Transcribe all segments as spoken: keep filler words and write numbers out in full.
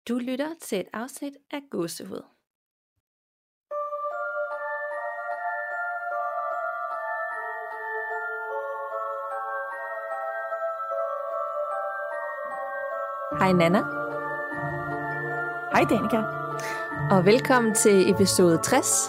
Du lytter til et afsnit af Gåsehud. Hej Nana. Hej Danika. Og velkommen til episode tres.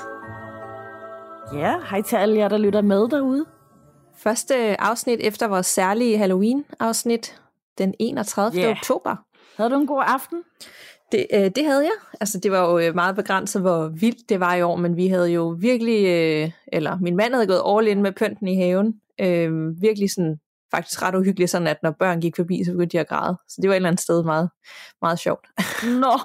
Ja, hej til alle jer, der lytter med derude. Første afsnit efter vores særlige Halloween-afsnit den enogtredivte Yeah. oktober. Havde du en god aften? Det, øh, det havde jeg. Altså, det var jo meget begrænset, hvor vildt det var i år, men vi havde jo virkelig, øh, eller min mand havde gået all in med pynten i haven. Øh, virkelig sådan, faktisk ret uhyggeligt, sådan at når børn gik forbi, så begyndte de at græde. Så det var et eller andet sted meget, meget sjovt. Nå.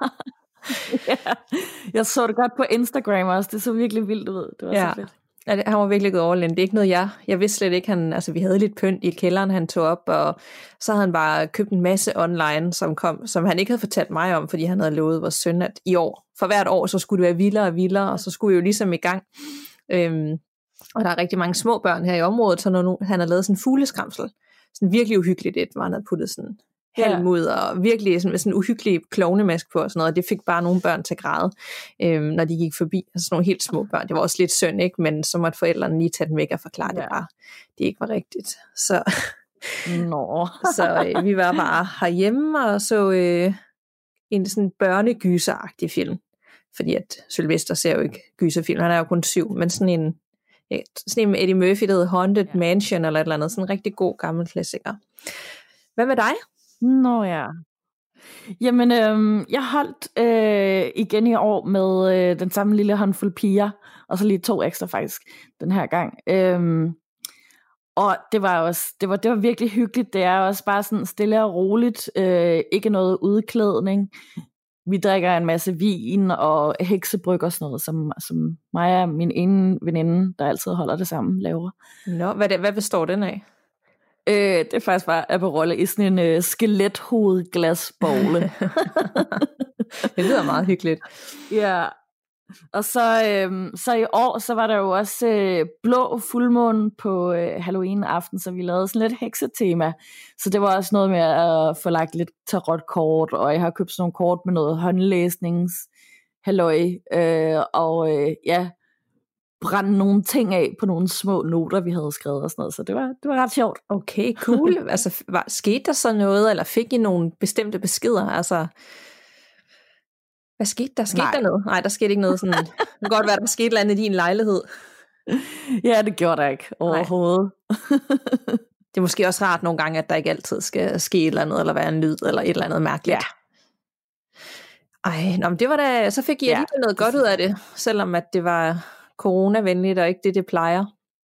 Ja. Jeg så det godt på Instagram også. Det så virkelig vildt ud. Det var Ja. så fedt. Ja, det, han var virkelig gået all in. Det er ikke noget, jeg... Jeg vidste slet ikke, han... Altså, vi havde lidt pynt i kælderen, han tog op, og så havde han bare købt en masse online, som kom, som han ikke havde fortalt mig om, fordi han havde lovet vores søn, at i år, for hvert år, så skulle det være vildere og vildere, og så skulle vi jo ligesom i gang. Øhm, og der er rigtig mange små børn her i området, så når nu, han har lavet sådan en fugleskramsel, sådan virkelig uhyggeligt et, hvor han havde puttet sådan halm ud, og virkelig sådan, med sådan en uhyggelig klovnemask på og sådan noget, og det fik bare nogle børn til at græde, øhm, når de gik forbi, altså sådan nogle helt små børn. Det var også lidt synd, ikke? Men så måtte forældrene lige tage den væk og forklare ja. det bare, det ikke var rigtigt. Så, Nå. så øh, vi var bare herhjemme og så øh, en sådan børnegyseragtig film, fordi at Sylvester ser jo ikke gyserfilm, han er jo kun syv, men sådan en, ja, sådan en med Eddie Murphy, der hedder Haunted ja. Mansion eller et eller andet, sådan en rigtig god gammel klassiker. Hvad med dig? Nå ja. Jamen, øhm, jeg holdt øh, igen i år med øh, den samme lille håndfuld piger, og så lige to ekstra faktisk den her gang. Øhm, og det var også, det var, det var virkelig hyggeligt. Det er også bare sådan stille og roligt, øh, ikke noget udklædning. Vi drikker en masse vin og heksebryg og sådan noget, som, som mig og min ene veninde, der altid holder det samme, laver. Nå, hvad, det, hvad består den af? Øh, det er faktisk bare Aperol i sådan en øh, skelethovedglasbogle. Det lyder meget hyggeligt. Ja, og så, øh, så i år, så var der jo også øh, blå fuldmåne på øh, Halloween-aften, så vi lavede sådan lidt heksetema. Så det var også noget med at få lagt lidt tarotkort, og jeg har købt sådan nogle kort med noget håndlæsnings halløj, øh, og øh, ja, brænde nogle ting af på nogle små noter, vi havde skrevet og sådan noget, så det var, det var ret sjovt. Okay, cool. Altså, var, skete der så noget, eller fik I nogle bestemte beskeder? Altså, hvad skete der? Skete Nej. der noget? Nej, der skete ikke noget sådan. Det kan godt være, der skete noget andet i din lejlighed. Ja, det gjorde der ikke overhovedet. Det er måske også rart nogle gange, at der ikke altid skal ske et eller andet, eller være en lyd, eller et eller andet mærkeligt. Ja. Ej, nå, men det var da, så fik I Ja. alligevel noget godt ud af det, selvom at det var coronavenligt, og ikke det, det plejer.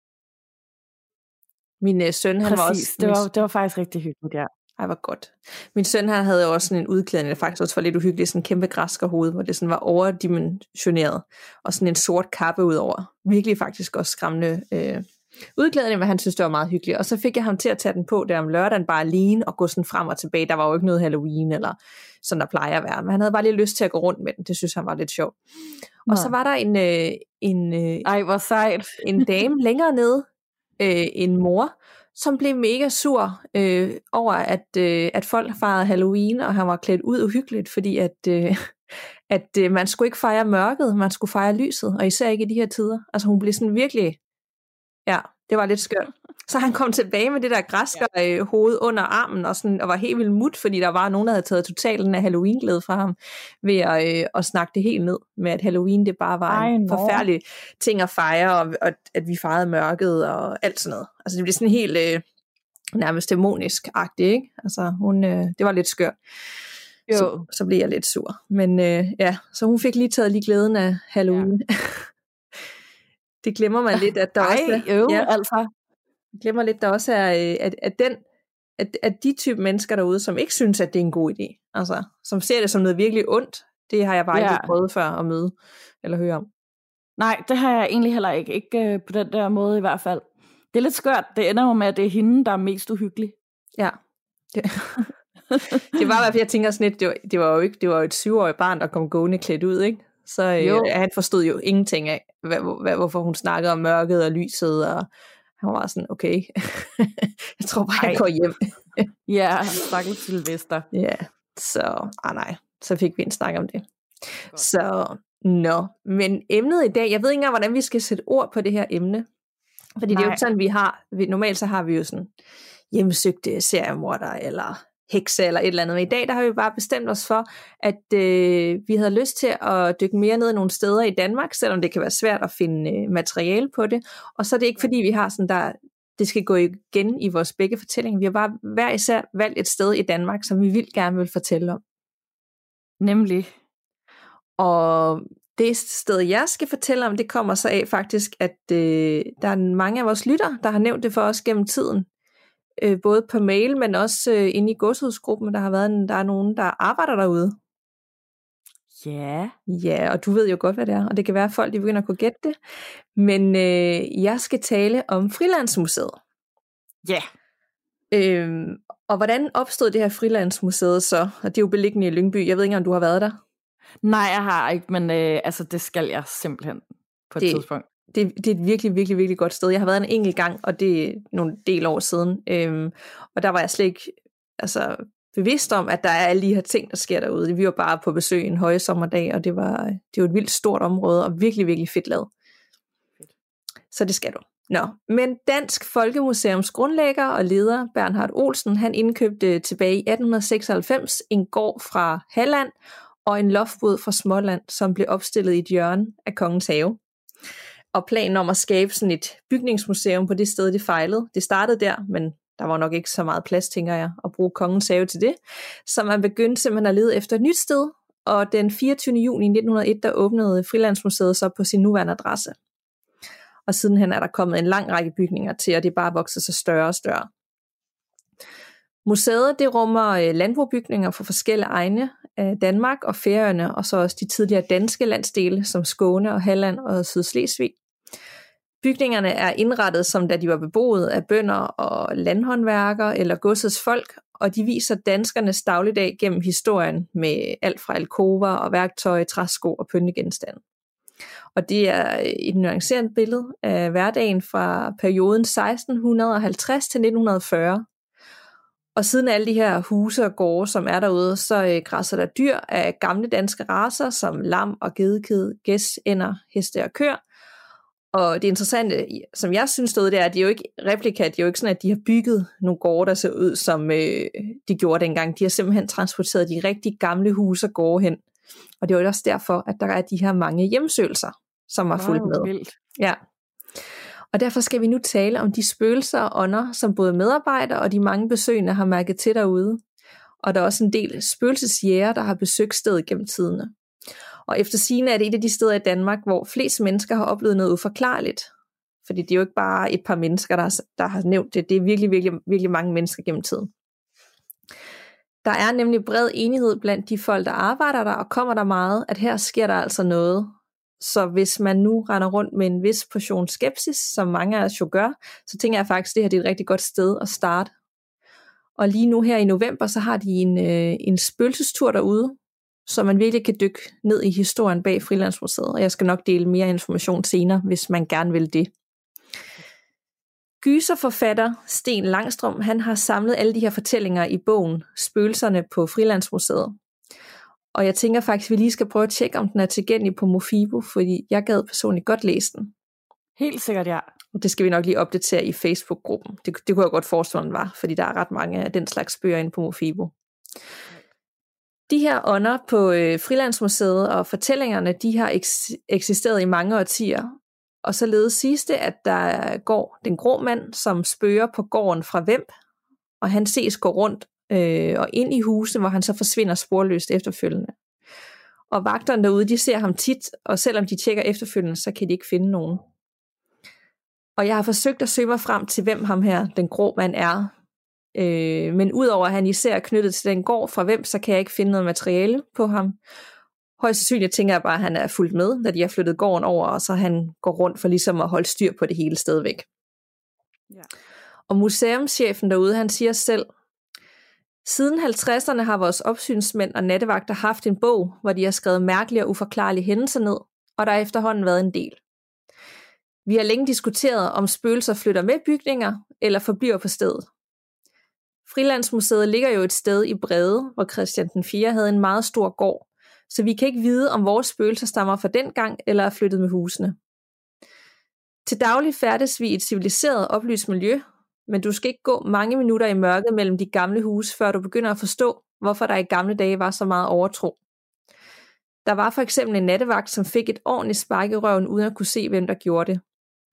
Min øh, søn, han Præcis, var også... det var, det var faktisk rigtig hyggeligt, ja. Ej, hvor godt. Min søn, han havde jo også sådan en udklædning, der faktisk også var lidt uhyggelig, sådan en kæmpe græskerhoved, hvor det sådan var overdimensioneret, og sådan en sort kappe udover. Virkelig faktisk også skræmmende øh, udklædning, men han synes, det var meget hyggeligt. Og så fik jeg ham til at tage den på der om lørdagen, bare alene, og gå sådan frem og tilbage. Der var jo ikke noget Halloween, eller sådan der plejer at være, men han havde bare lige lyst til at gå rundt med den. Det synes han var lidt sjovt. Nå. Og så var der en, øh, en, øh, Ej, hvor sejt. en dame længere nede, øh, en mor, som blev mega sur øh, over, at, øh, at folk fejrede Halloween, og han var klædt ud uhyggeligt, fordi at, øh, at øh, man skulle ikke fejre mørket, man skulle fejre lyset, og især ikke i de her tider. Altså hun blev sådan virkelig, ja, det var lidt skørt. Så han kom tilbage med det der græsker øh, hoved under armen, og, sådan, og var helt vildt mut, fordi der var nogen, der havde taget totalen af Halloween-glæde fra ham, ved at, øh, at snakke det helt ned, med at Halloween det bare var Ej, en nå. forfærdelig ting at fejre, og, og at vi fejrede mørket, og alt sådan noget. Altså det blev sådan helt øh, nærmest dæmonisk-agtigt, ikke? Altså hun, øh, det var lidt skørt. Jo. Så, så blev jeg lidt sur. Men øh, ja, så hun fik lige taget lige glæden af Halloween. Ja. Det glemmer man lidt, at der Ej, også er... jo, Ja. altså. glemmer lidt, der også er, øh, at, at, den, at, at de type mennesker derude, som ikke synes, at det er en god idé, altså, som ser det som noget virkelig ondt, det har jeg bare Ja. ikke prøvet før at møde, eller høre om. Nej, det har jeg egentlig heller ikke. Ikke øh, på den der måde i hvert fald. Det er lidt skørt. Det ender jo med, at det er hende, der er mest uhyggelig. Ja. Det, det var i hvert fald, jeg tænker sådan lidt, det var, det var jo ikke, det var jo et syvårigt barn, der kom gående klædt ud, ikke? Så øh, han forstod jo ingenting af, hvad, hvad, hvorfor hun snakkede om mørket og lyset, og han var sådan, okay, jeg tror bare, jeg går hjem. Ja, stakkels Sylvester. Ja, så, ah nej. så fik vi en snak om det. Godt. Så, nå, men emnet i dag, jeg ved ikke engang, hvordan vi skal sætte ord på det her emne, fordi Nej. Det er jo ikke sådan, vi har, vi, normalt så har vi jo sådan hjemmesøgte seriemordere, eller hekse, eller et eller andet, men i dag, der har vi bare bestemt os for, at øh, vi havde lyst til at dykke mere ned i nogle steder i Danmark, selvom det kan være svært at finde øh, materiale på det, og så er det ikke fordi, vi har sådan der, det skal gå igen i vores begge fortællinger, vi har bare hver især valgt et sted i Danmark, som vi vildt gerne vil fortælle om. Nemlig. Og det sted, jeg skal fortælle om, det kommer så af faktisk, at øh, der er mange af vores lytter, der har nævnt det for os gennem tiden. Øh, både på mail, men også øh, inde i Godshusgruppen, der har været en, der er nogen, der arbejder derude. Ja. Yeah. Ja, og du ved jo godt, hvad det er, og det kan være, at folk de begynder at kunne gætte det. Men øh, jeg skal tale om Frilandsmuseet. Ja. Yeah. Øhm, og hvordan opstod det her Frilandsmuseet så? Og det er jo beliggende i Lyngby. Jeg ved ikke, om du har været der. Nej, jeg har ikke, men øh, altså, det skal jeg simpelthen på et det, tidspunkt. Det, det er et virkelig, virkelig, virkelig godt sted. Jeg har været en enkelt gang, og det er nogle del år siden. Øhm, og der var jeg slet ikke altså, bevidst om, at der er alle de her ting, der sker derude. Vi var bare på besøg en højsommerdag, og det var, det var et vildt stort område, og virkelig, virkelig fedt lavet. Fedt. Så det skal du. Nå, men Dansk Folkemuseums grundlægger og leder, Bernhard Olsen, han indkøbte tilbage i atten seksoghalvfems en gård fra Halland, og en loftbod fra Småland, som blev opstillet i et hjørne af Kongens Have. Og planen om at skabe sådan et bygningsmuseum på det sted, det fejlede. Det startede der, men der var nok ikke så meget plads, tænker jeg, at bruge Kongens Have til det. Så man begyndte simpelthen at lede efter et nyt sted, og den fireogtyvende juni nitten hundrede og et, der åbnede Frilandsmuseet så på sin nuværende adresse. Og sidenhen er der kommet en lang række bygninger til, og det er bare vokset så større og større. Museet det rummer landbrugbygninger fra forskellige egne af Danmark og Færøerne, og så også de tidligere danske landsdele, som Skåne og Halland og Sydslesvig. Bygningerne er indrettet, som da de var beboet af bønder og landhåndværkere eller godsets folk, og de viser danskernes dagligdag gennem historien med alt fra alkover og værktøj, træsko og pyntegenstande. Og det er et nuanceret billede af hverdagen fra perioden seksten halvtreds til nitten fyrre. Og siden alle de her huse og gårde, som er derude, så øh, græsser der dyr af gamle danske racer, som lam og gedekid, gæs, ænder, heste og køer. Og det interessante, som jeg synes stod, det er, at de er jo ikke replika, det er jo ikke sådan, at de har bygget nogle gårde, der ser ud, som øh, de gjorde dengang. De har simpelthen transporteret de rigtig gamle huse og gårde hen. Og det er jo også derfor, at der er de her mange hjemsøgelser, som har fulgt med. Vildt. Ja. Og derfor skal vi nu tale om de spøgelser og ånder, som både medarbejdere og de mange besøgende har mærket til derude. Og der er også en del spøgelsesjæger, der har besøgt stedet gennem tiderne. Og efter sigende er det et af de steder i Danmark, hvor flest mennesker har oplevet noget uforklarligt. Fordi det er jo ikke bare et par mennesker, der har, der har nævnt det. Det er virkelig, virkelig, virkelig mange mennesker gennem tiden. Der er nemlig bred enighed blandt de folk, der arbejder der og kommer der meget, at her sker der altså noget. Så hvis man nu render rundt med en vis portion skepsis, som mange af os jo gør, så tænker jeg faktisk, at det her det er et rigtig godt sted at starte. Og lige nu her i november, så har de en, øh, en spøgelsestur derude, så man virkelig kan dykke ned i historien bag Frilandsmuseet. Og jeg skal nok dele mere information senere, hvis man gerne vil det. Gyserforfatter Sten Langstrøm, han har samlet alle de her fortællinger i bogen Spøgelserne på Frilandsmuseet. Og jeg tænker faktisk, at vi lige skal prøve at tjekke, om den er tilgængelig på Mofibo, fordi jeg gad personligt godt læse den. Helt sikkert, ja. Og det skal vi nok lige opdatere i Facebook-gruppen. Det, det kunne jeg godt forestille, den var, fordi der er ret mange af den slags bøger inde på Mofibo. De her ånder på øh, Frilandsmuseet og fortællingerne, de har eks- eksisteret i mange årtier. Og således siges det, at der går den grå mand, som spørger på gården fra Vemb, og han ses gå rundt øh, og ind i huset, hvor han så forsvinder sporløst efterfølgende. Og vagterne derude, de ser ham tit, og selvom de tjekker efterfølgende, så kan de ikke finde nogen. Og jeg har forsøgt at søge mig frem til, hvem ham her, den grå mand, er. Øh, men udover at han især er knyttet til den gård fra Vemb, så kan jeg ikke finde noget materiale på ham. Højst sandsynligt tænker jeg bare, at han er fulgt med, da de har flyttet gården over, og så han går rundt for ligesom at holde styr på det hele stadigvæk. Ja. Og museumschefen derude, han siger selv, siden halvtredserne har vores opsynsmænd og nattevagter haft en bog, hvor de har skrevet mærkelige og uforklarlige hændelser ned, og der har efterhånden været en del. Vi har længe diskuteret, om spøgelser flytter med bygninger, eller forbliver på stedet. Frilandsmuseet ligger jo et sted i Brede, hvor Christian den fjerde havde en meget stor gård, så vi kan ikke vide, om vores spøgelser stammer fra den gang eller er flyttet med husene. Til daglig færdes vi i et civiliseret oplyst miljø, men du skal ikke gå mange minutter i mørket mellem de gamle huse, før du begynder at forstå, hvorfor der i gamle dage var så meget overtro. Der var for eksempel en nattevagt, som fik et ordentligt spark i røven, uden at kunne se, hvem der gjorde det.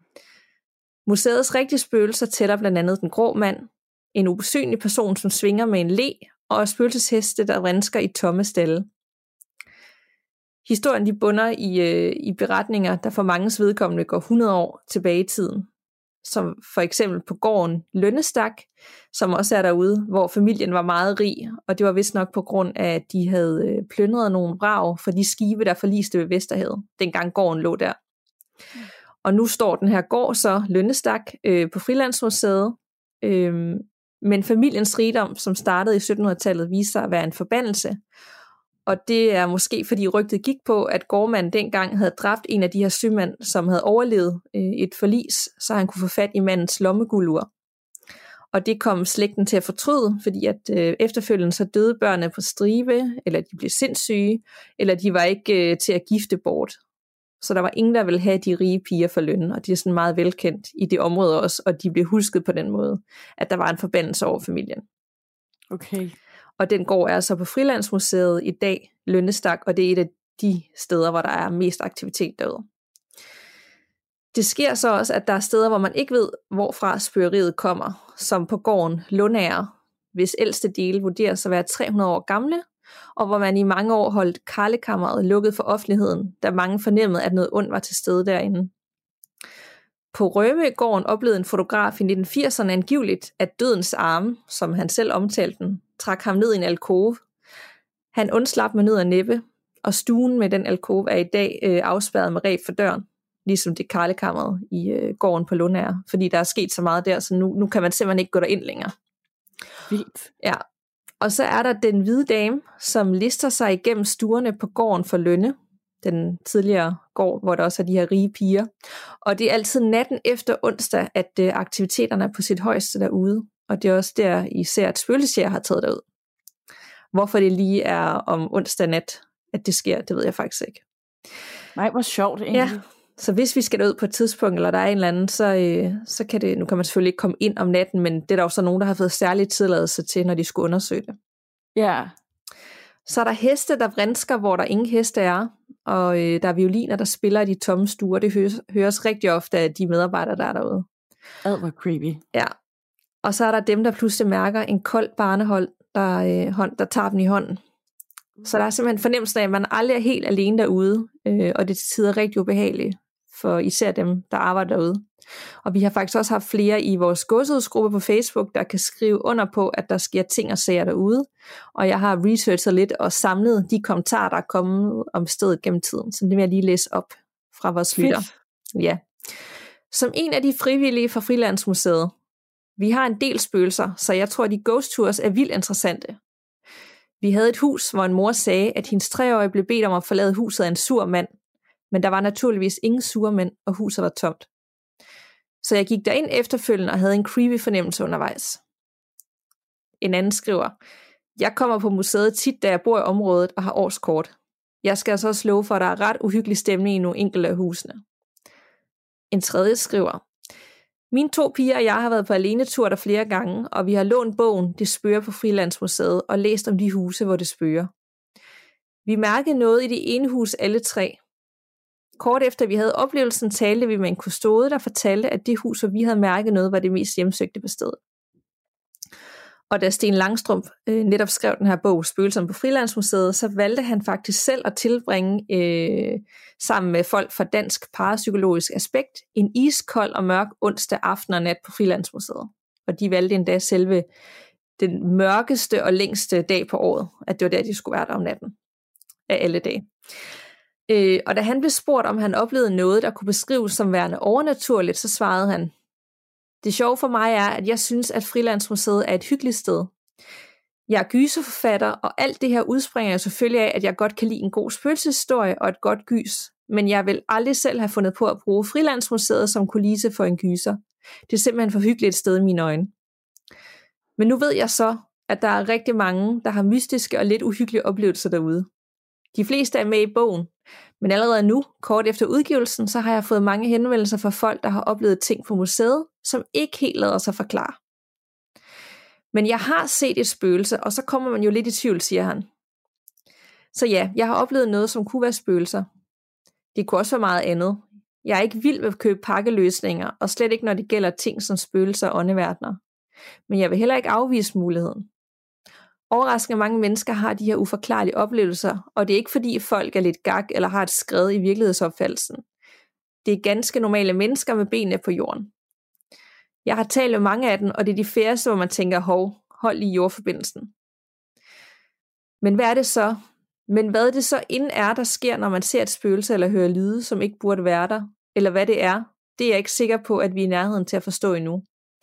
Museets rigtige spøgelser tæller blandt andet den grå mand, en usynlig person, som svinger med en le, og spøgelsesheste, der vrinsker i tomme stalle. Historien de bunder i, øh, i beretninger, der for manges vedkommende går hundrede år tilbage i tiden. Som for eksempel på gården Lønnestak, som også er derude, hvor familien var meget rig, og det var vist nok på grund af, at de havde øh, plyndret nogle vrag for de skibe, der forliste ved Vesterhavet, dengang gården lå der. Og nu står den her gård så, Lønnestak, øh, på Frilandsmuseet, øh, men familiens rigdom, som startede i syttenhundredetallet, viste sig at være en forbandelse. Og det er måske, fordi rygtet gik på, at gårdmanden dengang havde dræbt en af de her sømænd, som havde overlevet øh, et forlis, så han kunne få fat i mandens lommeguldur. Og det kom slægten til at fortryde, fordi at øh, efterfølgende så døde børnene på stribe, eller de blev sindssyge, eller de var ikke øh, til at gifte bort. Så der var ingen, der ville have de rige piger for løn, og de er sådan meget velkendt i det område også, og de blev husket på den måde, at der var en forbandelse over familien. Okay. Og den gård er så på Frilandsmuseet i dag, Lønnestak, og det er et af de steder, hvor der er mest aktivitet derude. Det sker så også, at der er steder, hvor man ikke ved, hvorfra spøgeriet kommer, som på gården Lundager, hvis ældste dele vurderes at være tre hundrede år gamle, og hvor man i mange år holdt karlekammeret lukket for offentligheden, da mange fornemmede, at noget ondt var til stede derinde. På Rømøgården oplevede en fotograf i nitten firserne angiveligt, at dødens arme, som han selv omtalte den, trak ham ned i en alkove. Han undslap med nød og næppe, og stuen med den alkove er i dag øh, afspærret med reb for døren, ligesom det karlekammeret i øh, gården på Lundager, fordi der er sket så meget der, så nu, nu kan man simpelthen ikke gå derind længere. Vildt. Ja. Og så er der den hvide dame, som lister sig igennem stuerne på gården for Lønne, den tidligere gård, hvor der også er de her rige piger. Og det er altid natten efter onsdag, at øh, aktiviteterne er på sit højeste derude. Og det er også der især, at spøgelsesjæger har taget derud. Hvorfor det lige er om onsdag nat, at det sker, det ved jeg faktisk ikke. Nej, hvor sjovt egentlig. Ja, så hvis vi skal derud på et tidspunkt, eller der er en eller anden, så, øh, så kan det, nu kan man selvfølgelig ikke komme ind om natten, men det er der jo så nogen, der har fået særlig tilladelse til, når de skulle undersøge det. Ja. Så er der heste, der vrinsker, hvor der ingen heste er, og øh, der er violiner, der spiller i de tomme stuer. Det høres, høres rigtig ofte af de medarbejdere, der er derude. Ad, hvor creepy. Ja. Og så er der dem, der pludselig mærker en kold barnehold, der, øh, hånd, der tager dem i hånden. Så der er simpelthen fornemmelsen af, at man aldrig er helt alene derude, øh, og det er til tider rigtig ubehageligt for især dem, der arbejder derude. Og vi har faktisk også haft flere i vores gåsehudsgruppe på Facebook, der kan skrive under på, at der sker ting og sager derude. Og jeg har researchet lidt og samlet de kommentarer, der er kommet om stedet gennem tiden. Så det vil jeg lige læse op fra vores lytter. Ja. Som en af de frivillige fra Frilandsmuseet. Vi har en del spøgelser, så jeg tror, at de ghost tours er vildt interessante. Vi havde et hus, hvor en mor sagde, at hendes treårige blev bedt om at forlade huset af en sur mand. Men der var naturligvis ingen sure mænd, og huset var tomt. Så jeg gik derind efterfølgende og havde en creepy fornemmelse undervejs. En anden skriver, jeg kommer på museet tit, da jeg bor i området og har årskort. Jeg skal altså også love for, at der er ret uhyggelig stemning i nogle enkelte af husene. En tredje skriver, mine to piger og jeg har været på alenetur der flere gange, og vi har lånt bogen Det spøger på Frilandsmuseet og læst om de huse, hvor det spøger. Vi mærkede noget i det ene hus alle tre. Kort efter vi havde oplevelsen, talte vi med en kustode, der fortalte, at det hus, hvor vi havde mærket noget, var det mest hjemsøgte på stedet. Og da Sten Langstrøm øh, netop skrev den her bog, Spøgelserne på Frilandsmuseet, så valgte han faktisk selv at tilbringe, øh, sammen med folk fra Dansk Parapsykologisk Aspekt, en iskold og mørk onsdag aften og nat på Frilandsmuseet. Og de valgte endda selve den mørkeste og længste dag på året, at det var der, de skulle være der om natten af alle dage. Øh, og da han blev spurgt, om han oplevede noget, der kunne beskrives som værende overnaturligt, så svarede han, det sjove for mig er, at jeg synes, at Frilandsmuseet er et hyggeligt sted. Jeg er gyserforfatter, og alt det her udspringer jo selvfølgelig af, at jeg godt kan lide en god spøgelseshistorie og et godt gys, men jeg vil aldrig selv have fundet på at bruge Frilandsmuseet som kulisse for en gyser. Det er simpelthen for hyggeligt et sted i mine øjne. Men nu ved jeg så, at der er rigtig mange, der har mystiske og lidt uhyggelige oplevelser derude. De fleste er med i bogen, men allerede nu, kort efter udgivelsen, så har jeg fået mange henvendelser fra folk, der har oplevet ting på museet, som ikke helt lader sig forklare. Men jeg har set et spøgelse, og så kommer man jo lidt i tvivl, siger han. Så ja, jeg har oplevet noget, som kunne være spøgelser. Det kunne også være meget andet. Jeg er ikke vild med at købe pakkeløsninger, og slet ikke når det gælder ting som spøgelser og åndeverdener. Men jeg vil heller ikke afvise muligheden. Overraskende mange mennesker har de her uforklarlige oplevelser, og det er ikke fordi folk er lidt gak eller har et skred i virkelighedsopfattelsen. Det er ganske normale mennesker med benene på jorden. Jeg har talt med mange af dem, og det er de færreste, hvor man tænker, hov, hold i jordforbindelsen. Men hvad er det så? Men hvad det så end er, der sker, når man ser et spøgelse eller hører lyde, som ikke burde være der? Eller hvad det er, det er jeg ikke sikker på, at vi er i nærheden til at forstå endnu.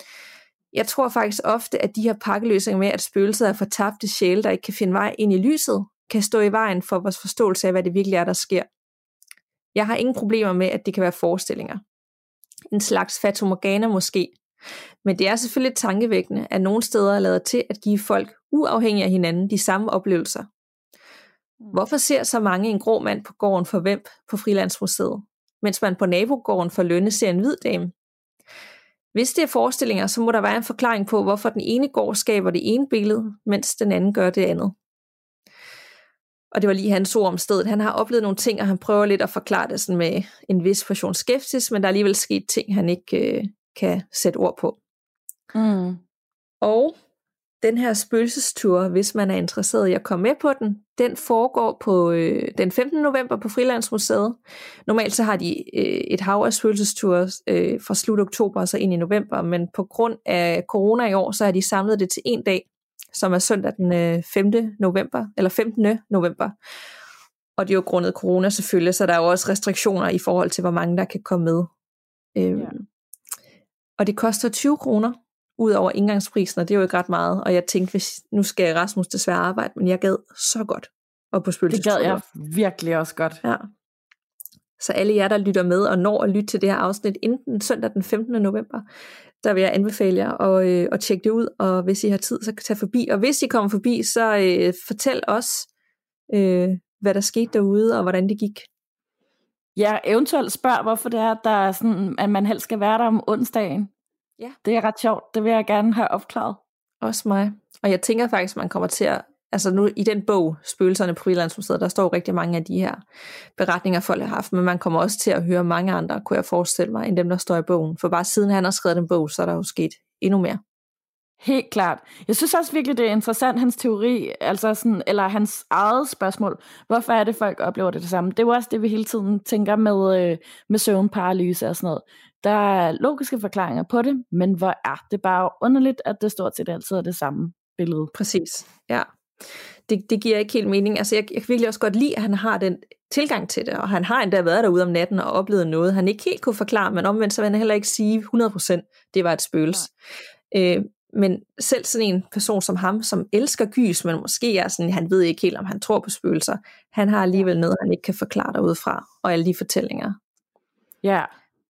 Jeg tror faktisk ofte, at de her pakkeløsninger med, at spøgelset er fortabte sjæle, der ikke kan finde vej ind i lyset, kan stå i vejen for vores forståelse af, hvad det virkelig er, der sker. Jeg har ingen problemer med, at det kan være forestillinger. En slags fatamorgana måske. Men det er selvfølgelig tankevækkende, at nogle steder er lavet til at give folk, uafhængigt af hinanden, de samme oplevelser. Hvorfor ser så mange en grå mand på gården for Vemb på Frilandsmuseet, mens man på nabogården for Lønne ser en hvid dame? Hvis det er forestillinger, så må der være en forklaring på, hvorfor den ene gård skaber det ene billede, mens den anden gør det andet. Og det var lige hans ord om stedet. Han har oplevet nogle ting, og han prøver lidt at forklare det sådan med en vis portion skepsis, men der er alligevel sket ting, han ikke øh, kan sætte ord på. Mm. Og den her spøgelsestur, hvis man er interesseret i at komme med på den, den foregår på øh, den femtende november på Frilandsmuseet. Normalt så har de øh, et hav af spøgelsesture øh, fra slut oktober og så ind i november, men på grund af corona i år, så har de samlet det til en dag, som er søndag den øh, femte november, eller femtende november. Og det er jo grundet corona selvfølgelig, så der er jo også restriktioner i forhold til, hvor mange der kan komme med. Øhm, yeah. Og det koster tyve kroner ud over indgangsprisen, og det er jo ikke ret meget. Og jeg tænkte, hvis nu skal Rasmus desværre arbejde, men jeg gad så godt. Og på spøgelsesture. Det gad jeg virkelig også godt. Ja. Så alle jer, der lytter med og når at lytte til det her afsnit inden søndag den femtende november, der vil jeg anbefale jer at, øh, at tjekke det ud, og hvis I har tid, så kan tage forbi. Og hvis I kommer forbi, så øh, fortæl os, øh, hvad der skete derude, og hvordan det gik. Ja, eventuelt spørg, hvorfor det er, der er sådan, at man helst skal være der om onsdagen. Ja. Det er ret sjovt, det vil jeg gerne have opklaret. Også mig. Og jeg tænker faktisk, man kommer til at, altså nu i den bog, Spøgelserne på Frilandsmuseet, der står rigtig mange af de her beretninger, folk har haft, men man kommer også til at høre mange andre, kunne jeg forestille mig, end dem, der står i bogen. For bare siden han har skrevet den bog, så er der jo sket endnu mere. Helt klart. Jeg synes også virkelig, det er interessant, hans teori, altså sådan, eller hans eget spørgsmål. Hvorfor er det, folk oplever det det samme? Det er jo også det, vi hele tiden tænker med, øh, med søvnparalyse og sådan noget. Der er logiske forklaringer på det, men hvor er det bare underligt, at det stort set altid er det samme billede. Præcis, ja. Det, det giver ikke helt mening. Altså jeg, jeg kan virkelig også godt lide, at han har den tilgang til det, og han har endda været derude om natten og oplevet noget, han ikke helt kunne forklare, men omvendt så vil han heller ikke sige hundrede procent, det var et spøgelse. Øh, men selv sådan en person som ham, som elsker gys, men måske er sådan, han ved ikke helt, om han tror på spøgelser, han har alligevel noget, han ikke kan forklare derudefra, og alle de fortællinger. Ja.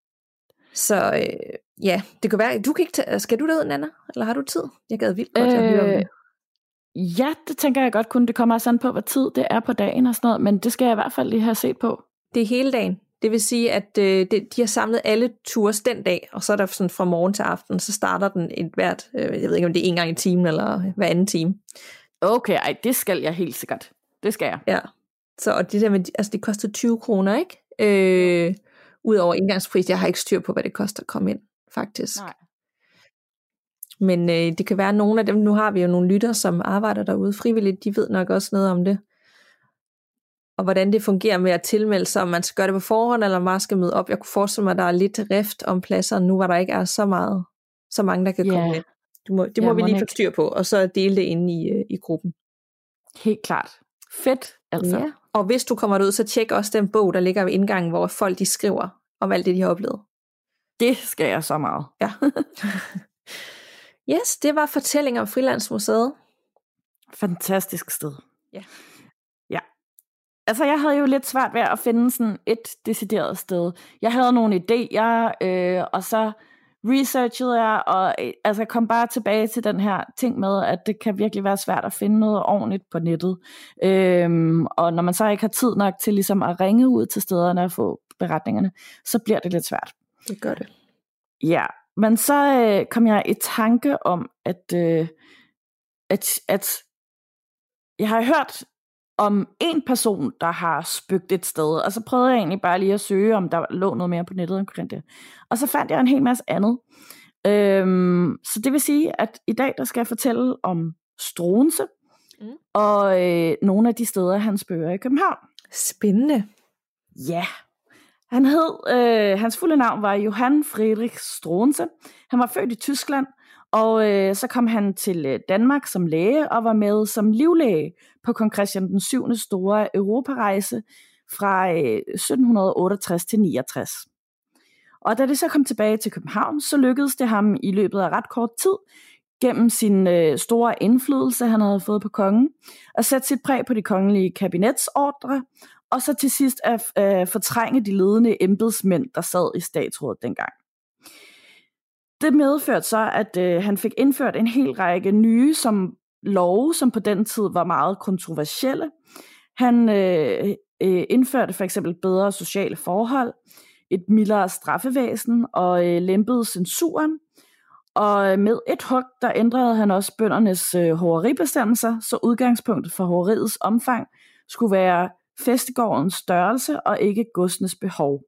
Så øh, ja, det kan være, du kan ikke tage, skal du derud, Nanna? Eller har du tid? Jeg gad vildt godt øh, at høre om det. Ja, det tænker jeg godt kunne. Det kommer også an på, hvad tid det er på dagen og sådan noget, men det skal jeg i hvert fald lige have set på. Det er hele dagen. Det vil sige, at øh, det, de har samlet alle tours den dag, og så er der sådan fra morgen til aften, så starter den et hvert, øh, jeg ved ikke om det er en gang i timen, eller hver anden time. Okay, ej, det skal jeg helt sikkert. Det skal jeg. Ja, så og det der med, altså det koster tyve kroner, ikke? Øh, Udover indgangspris, jeg har ikke styr på, hvad det koster at komme ind, faktisk. Nej. Men øh, det kan være, at nogle af dem, nu har vi jo nogle lytter, som arbejder derude frivilligt, de ved nok også noget om det. Og hvordan det fungerer med at tilmelde sig, om man skal gøre det på forhånd, eller man skal møde op. Jeg kunne forestille mig, at der er lidt rift om pladser, nu hvor der ikke er så meget, så mange, der kan yeah. komme ind. Det må, det ja, må vi lige få styr på, og så dele det inde i, i gruppen. Helt klart. Fedt, altså. Ja. Og hvis du kommer derud, så tjek også den bog, der ligger ved indgangen, hvor folk de skriver om alt det, de har oplevet. Det skal jeg så meget. Ja. Yes, det var fortællinger om Frilandsmuseet. Fantastisk sted. Ja. Ja. Altså, jeg havde jo lidt svært ved at finde sådan et decideret sted. Jeg havde nogle idéer, øh, og så researchede jeg, og altså kom bare tilbage til den her ting med, at det kan virkelig være svært at finde noget ordentligt på nettet. Øhm, og når man så ikke har tid nok til ligesom at ringe ud til stederne og få beretningerne, så bliver det lidt svært. Det gør det. Ja, men så øh, kom jeg i tanke om, at, øh, at, at jeg har hørt om en person, der har spøgt et sted, og så prøvede jeg egentlig bare lige at søge, om der lå noget mere på nettet omkring det. Og så fandt jeg en hel masse andet. Øhm, så det vil sige, at i dag der skal jeg fortælle om Struensee, mm. og øh, nogle af de steder, han spøger i København. Spændende. Ja. Han hed, øh, hans fulde navn var Johann Friedrich Struensee. Han var født i Tyskland, og øh, så kom han til Danmark som læge og var med som livlæge på kong Christian den syvende store europarejse fra øh, sytten otteogtres til niogtres. Og da det så kom tilbage til København, så lykkedes det ham i løbet af ret kort tid, gennem sin øh, store indflydelse, han havde fået på kongen, at sætte sit præg på de kongelige kabinetsordre, og så til sidst at øh, fortrænge de ledende embedsmænd, der sad i statsrådet dengang. Det medførte så, at øh, han fik indført en hel række nye som love, som på den tid var meget kontroversielle. Han øh, øh, indførte for eksempel bedre sociale forhold, et mildere straffevæsen og øh, lempede censuren. Og med et hug, der ændrede han også bøndernes øh, hovederibestemmelser, så udgangspunktet for hoveriets omfang skulle være fæstegårdens størrelse og ikke godsens behov.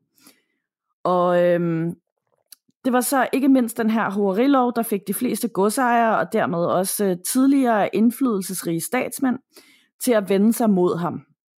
Og øhm, det var så ikke mindst den her hoverilov, der fik de fleste godsejere og dermed også øh, tidligere indflydelsesrige statsmænd til at vende sig mod ham.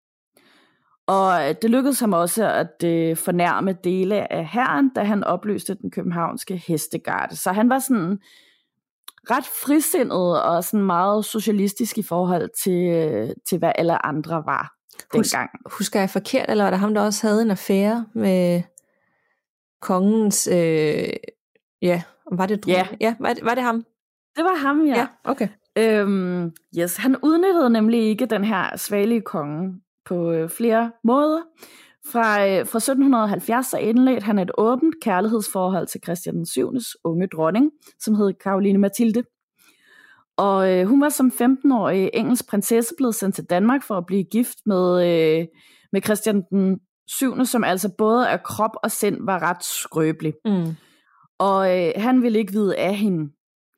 Og øh, det lykkedes ham også at øh, fornærme dele af hæren, da han opløste den københavnske hestegarde. Så han var sådan ret frisindet og sådan meget socialistisk i forhold til, øh, til hvad alle andre var. Dengang. Hus, husker jeg forkert, eller var det ham, der også havde en affære med kongens, øh, ja, var det, ja. ja var, det, var det ham? Det var ham, ja. Ja, okay. Øhm, yes, han udnyttede nemlig ikke den her svagelige konge på øh, flere måder. Fra, øh, fra sytten halvfjerds så indledte han et åbent kærlighedsforhold til Christian den syvendes unge dronning, som hed Caroline Mathilde. Og øh, hun var som femten-årig engelsk prinsesse blevet sendt til Danmark for at blive gift med, øh, med Christian den syvende, som altså både af krop og sind var ret skrøbelig. Mm. Og øh, han ville ikke vide af hende.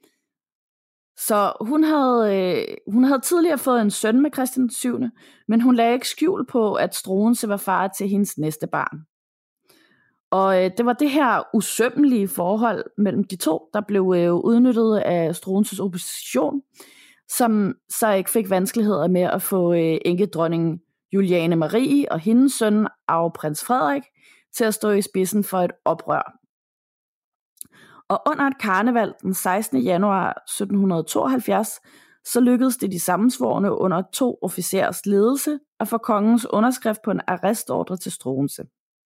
Så hun havde, øh, hun havde tidligere fået en søn med Christian den syvende, men hun lagde ikke skjul på, at Struensee var far til hendes næste barn. Og øh, det var det her usømmelige forhold mellem de to, der blev øh, udnyttet af Struensees opposition, som så ikke fik vanskeligheder med at få øh, enkedronning Juliane Marie og hendes søn, arveprins Frederik, til at stå i spidsen for et oprør. Og under et karneval den sekstende januar sytten tooghalvfjerds, så lykkedes det de sammensvorne under to officerers ledelse at få kongens underskrift på en arrestordre til Struensee.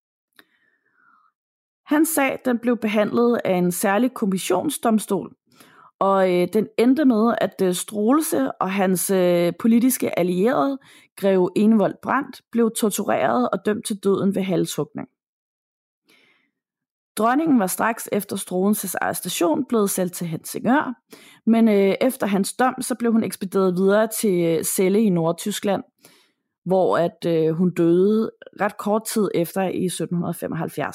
Hans sag den blev behandlet af en særlig kommissionsdomstol, og øh, den endte med, at øh, Struensee og hans øh, politiske allierede, greve Enevold Brandt, blev tortureret og dømt til døden ved halshugning. Dronningen var straks efter Struensees arrestation blevet sendt til Helsingør, men øh, efter hans dom så blev hun ekspederet videre til øh, Celle i Nordtyskland, hvor at, øh, hun døde ret kort tid efter i sytten femoghalvfjerds.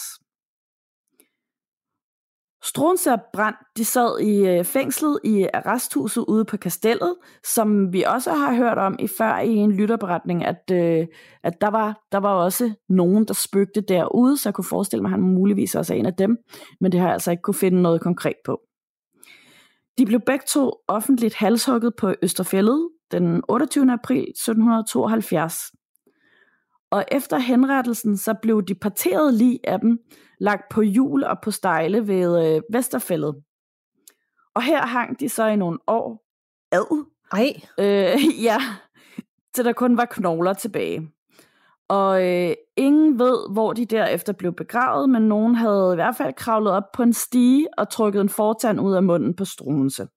Struensee og Brandt, de sad i fængslet i arresthuset ude på Kastellet, som vi også har hørt om i før i en lytterberetning, at, øh, at der, var, der var også nogen, der spøgte derude, så jeg kunne forestille mig, at han muligvis også er en af dem, men det har jeg altså ikke kunne finde noget konkret på. De blev begge to offentligt halshugget på Østerfællet den otteogtyvende april sytten tooghalvfjerds. Og efter henrettelsen, så blev de parterede lig af dem lagt på hjul og på stejle ved øh, Vesterfællet. Og her hang de så i nogle år ad. Ej. Øh, ja, til der kun var knogler tilbage. Og øh, ingen ved, hvor de derefter blev begravet, men nogen havde i hvert fald kravlet op på en stige og trukket en fortand ud af munden på Struensee.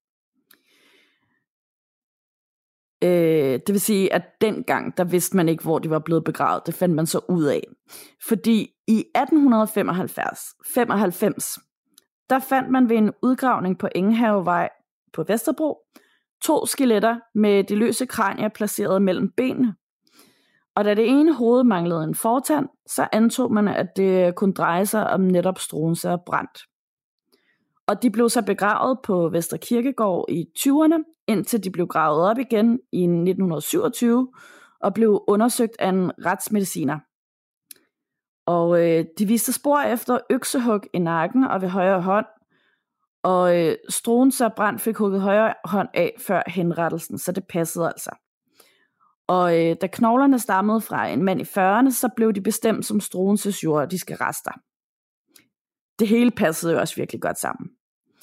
Øh, det vil sige, at dengang, der vidste man ikke, hvor de var blevet begravet. Det fandt man så ud af. Fordi i atten femoghalvfems, der fandt man ved en udgravning på Engehavevej på Vesterbro to skeletter med de løse kranier placeret mellem benene. Og da det ene hoved manglede en fortand, så antog man, at det kunne dreje sig om netop Struensee og Brandt. Og de blev så begravet på Vestre Kirkegård i tyverne, indtil de blev gravet op igen i nitten syvogtyve og blev undersøgt af en retsmediciner. Og øh, de viste spor efter øksehug i nakken og ved højre hånd, og øh, Struensee og Brandt fik hugget højre hånd af før henrettelsen, så det passede altså. Og øh, da knoglerne stammede fra en mand i fyrrerne, så blev de bestemt som Struensees jordiske rester. Det hele passede jo også virkelig godt sammen.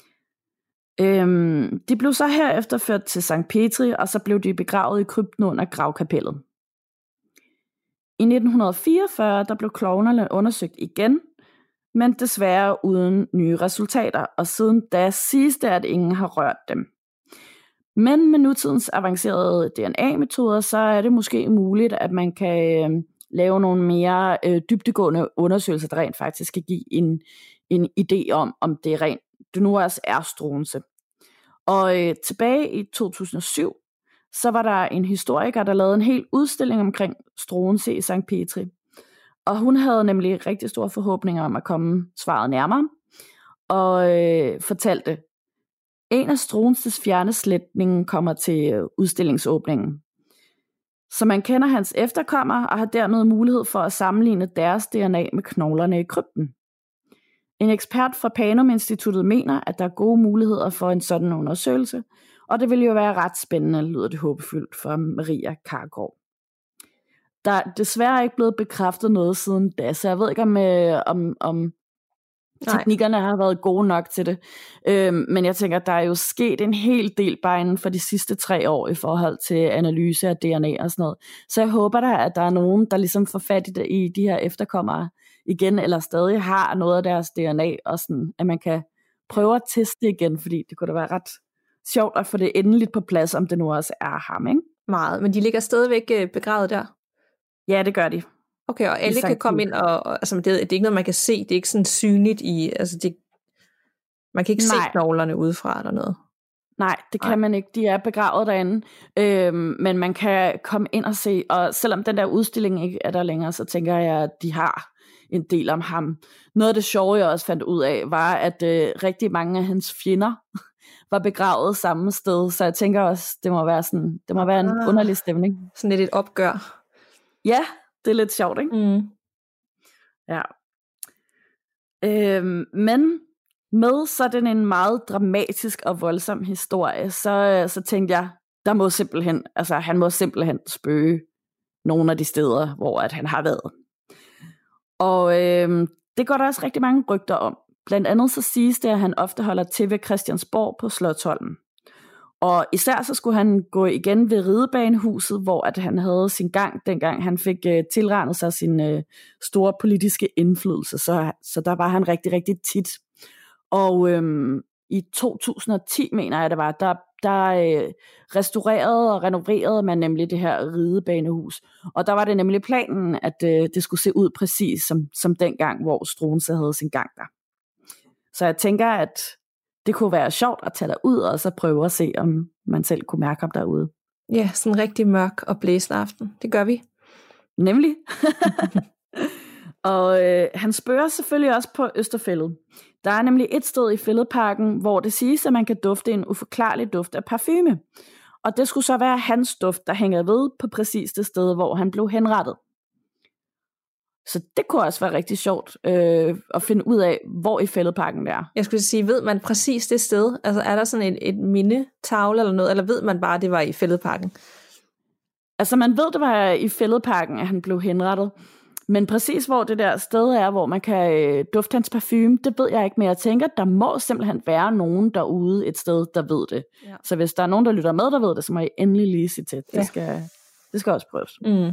Øhm, de blev så herefter ført til Sankt Petri, og så blev de begravet i krypten under gravkapellet. I nitten fireogfyrre der blev knoglerne undersøgt igen, men desværre uden nye resultater, og siden da siges det, at ingen har rørt dem. Men med nutidens avancerede D N A-metoder, så er det måske muligt, at man kan øh, lave nogle mere øh, dybdegående undersøgelser, der rent faktisk kan give en, en idé om, om det rent det nu også er Struensee. Og øh, tilbage i to tusind og syv, så var der en historiker, der lavede en hel udstilling omkring Struensee i Sankt Petri. Og hun havde nemlig rigtig store forhåbninger om at komme svaret nærmere, og øh, fortalte, en af Struensees fjerne slægtninge kommer til udstillingsåbningen. Så man kender hans efterkommere og har dermed mulighed for at sammenligne deres D N A med knoglerne i krypten. En ekspert fra Panum-instituttet mener, at der er gode muligheder for en sådan undersøgelse, og det vil jo være ret spændende, lyder det håbefyldt for Maria Kargaard. Der er desværre ikke blevet bekræftet noget siden da, så jeg ved ikke, om, øh, om, om teknikkerne har været gode nok til det. Øhm, men jeg tænker, at der er jo sket en hel del bare inden for de sidste tre år i forhold til analyse af D N A og sådan noget. Så jeg håber da, at der er nogen, der ligesom får fat i, det, i de her efterkommere igen, eller stadig har noget af deres D N A, og sådan, at man kan prøve at teste igen, fordi det kunne da være ret sjovt at få det endeligt på plads, om det nu også er ham, ikke? Meget, men de ligger stadigvæk begravet der? Ja, det gør de. Okay, og alle kan komme ind, og, og altså, det, det er ikke noget, man kan se, det er ikke sådan synligt i, altså det, man kan ikke Nej. se knoglerne udefra eller noget. Nej, det kan Nej. man ikke, de er begravet derinde, øhm, men man kan komme ind og se, og selvom den der udstilling ikke er der længere, så tænker jeg, at de har en del om ham. Noget af det sjove, jeg også fandt ud af, var, at øh, rigtig mange af hans fjender var begravet samme sted, så jeg tænker også, det må være sådan, det må være en ah, underlig stemning. Sådan lidt et opgør. Ja, det er lidt sjovt, ikke? Mm. Ja. Øhm, men med sådan en meget dramatisk og voldsom historie, så, så tænkte jeg, der må simpelthen, altså han må simpelthen spøge nogle af de steder, hvor at han har været. Og øhm, det går der også rigtig mange rygter om. Blandt andet så siges det, at han ofte holder til ved Christiansborg på Slotsholmen. Og især så skulle han gå igen ved Ridebanehuset, hvor at han havde sin gang, dengang han fik uh, tilrandet sig sin uh, store politiske indflydelse. Så, så der var han rigtig, rigtig tit. Og øhm, i to tusind og ti, mener jeg det var, der, der øh, restaurerede og renoverede man nemlig det her Ridebanehus. Og der var det nemlig planen, at øh, det skulle se ud præcis som, som dengang, hvor Struensee havde sin gang der. Så jeg tænker, at det kunne være sjovt at tage derud og så prøve at se, om man selv kunne mærke ham derude. Ja, sådan en rigtig mørk og blæsende aften. Det gør vi. Nemlig. Og øh, han spørger selvfølgelig også på Østerfællet. Der er nemlig et sted i Fælledparken, hvor det siges, at man kan dufte en uforklarlig duft af parfume. Og det skulle så være hans duft, der hænger ved på præcis det sted, hvor han blev henrettet. Så det kunne også være rigtig sjovt øh, at finde ud af, hvor i Fælledparken det er. Jeg skulle sige, ved man præcis det sted? Altså er der sådan et, et mindetavle eller noget, eller ved man bare, at det var i Fælledparken? Altså man ved, det var i Fælledparken, at han blev henrettet. Men præcis hvor det der sted er, hvor man kan øh, dufte hans parfume, det ved jeg ikke, men jeg tænker, at der må simpelthen være nogen derude et sted, der ved det. Ja. Så hvis der er nogen, der lytter med, der ved det, så må I endelig lige sige til. Det, ja. skal, det skal også prøves. Mm.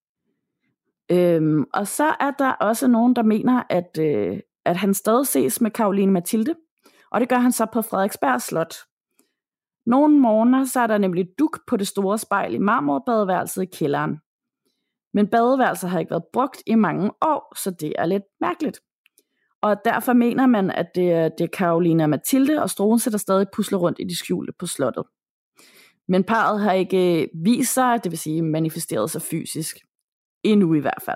Øhm, og så er der også nogen, der mener, at, øh, at han stadig ses med Caroline Mathilde, og det gør han så på Frederiksberg Slot. Nogle morgener, så er der nemlig duk på det store spejl i marmorbadeværelset i kælderen. Men badeværelset har ikke været brugt i mange år, så det er lidt mærkeligt. Og derfor mener man, at det er, det er Caroline og Mathilde og Struensee, der stadig pusler rundt i de skjulte på slottet. Men parret har ikke vist sig, det vil sige manifesteret sig fysisk. Endnu i hvert fald.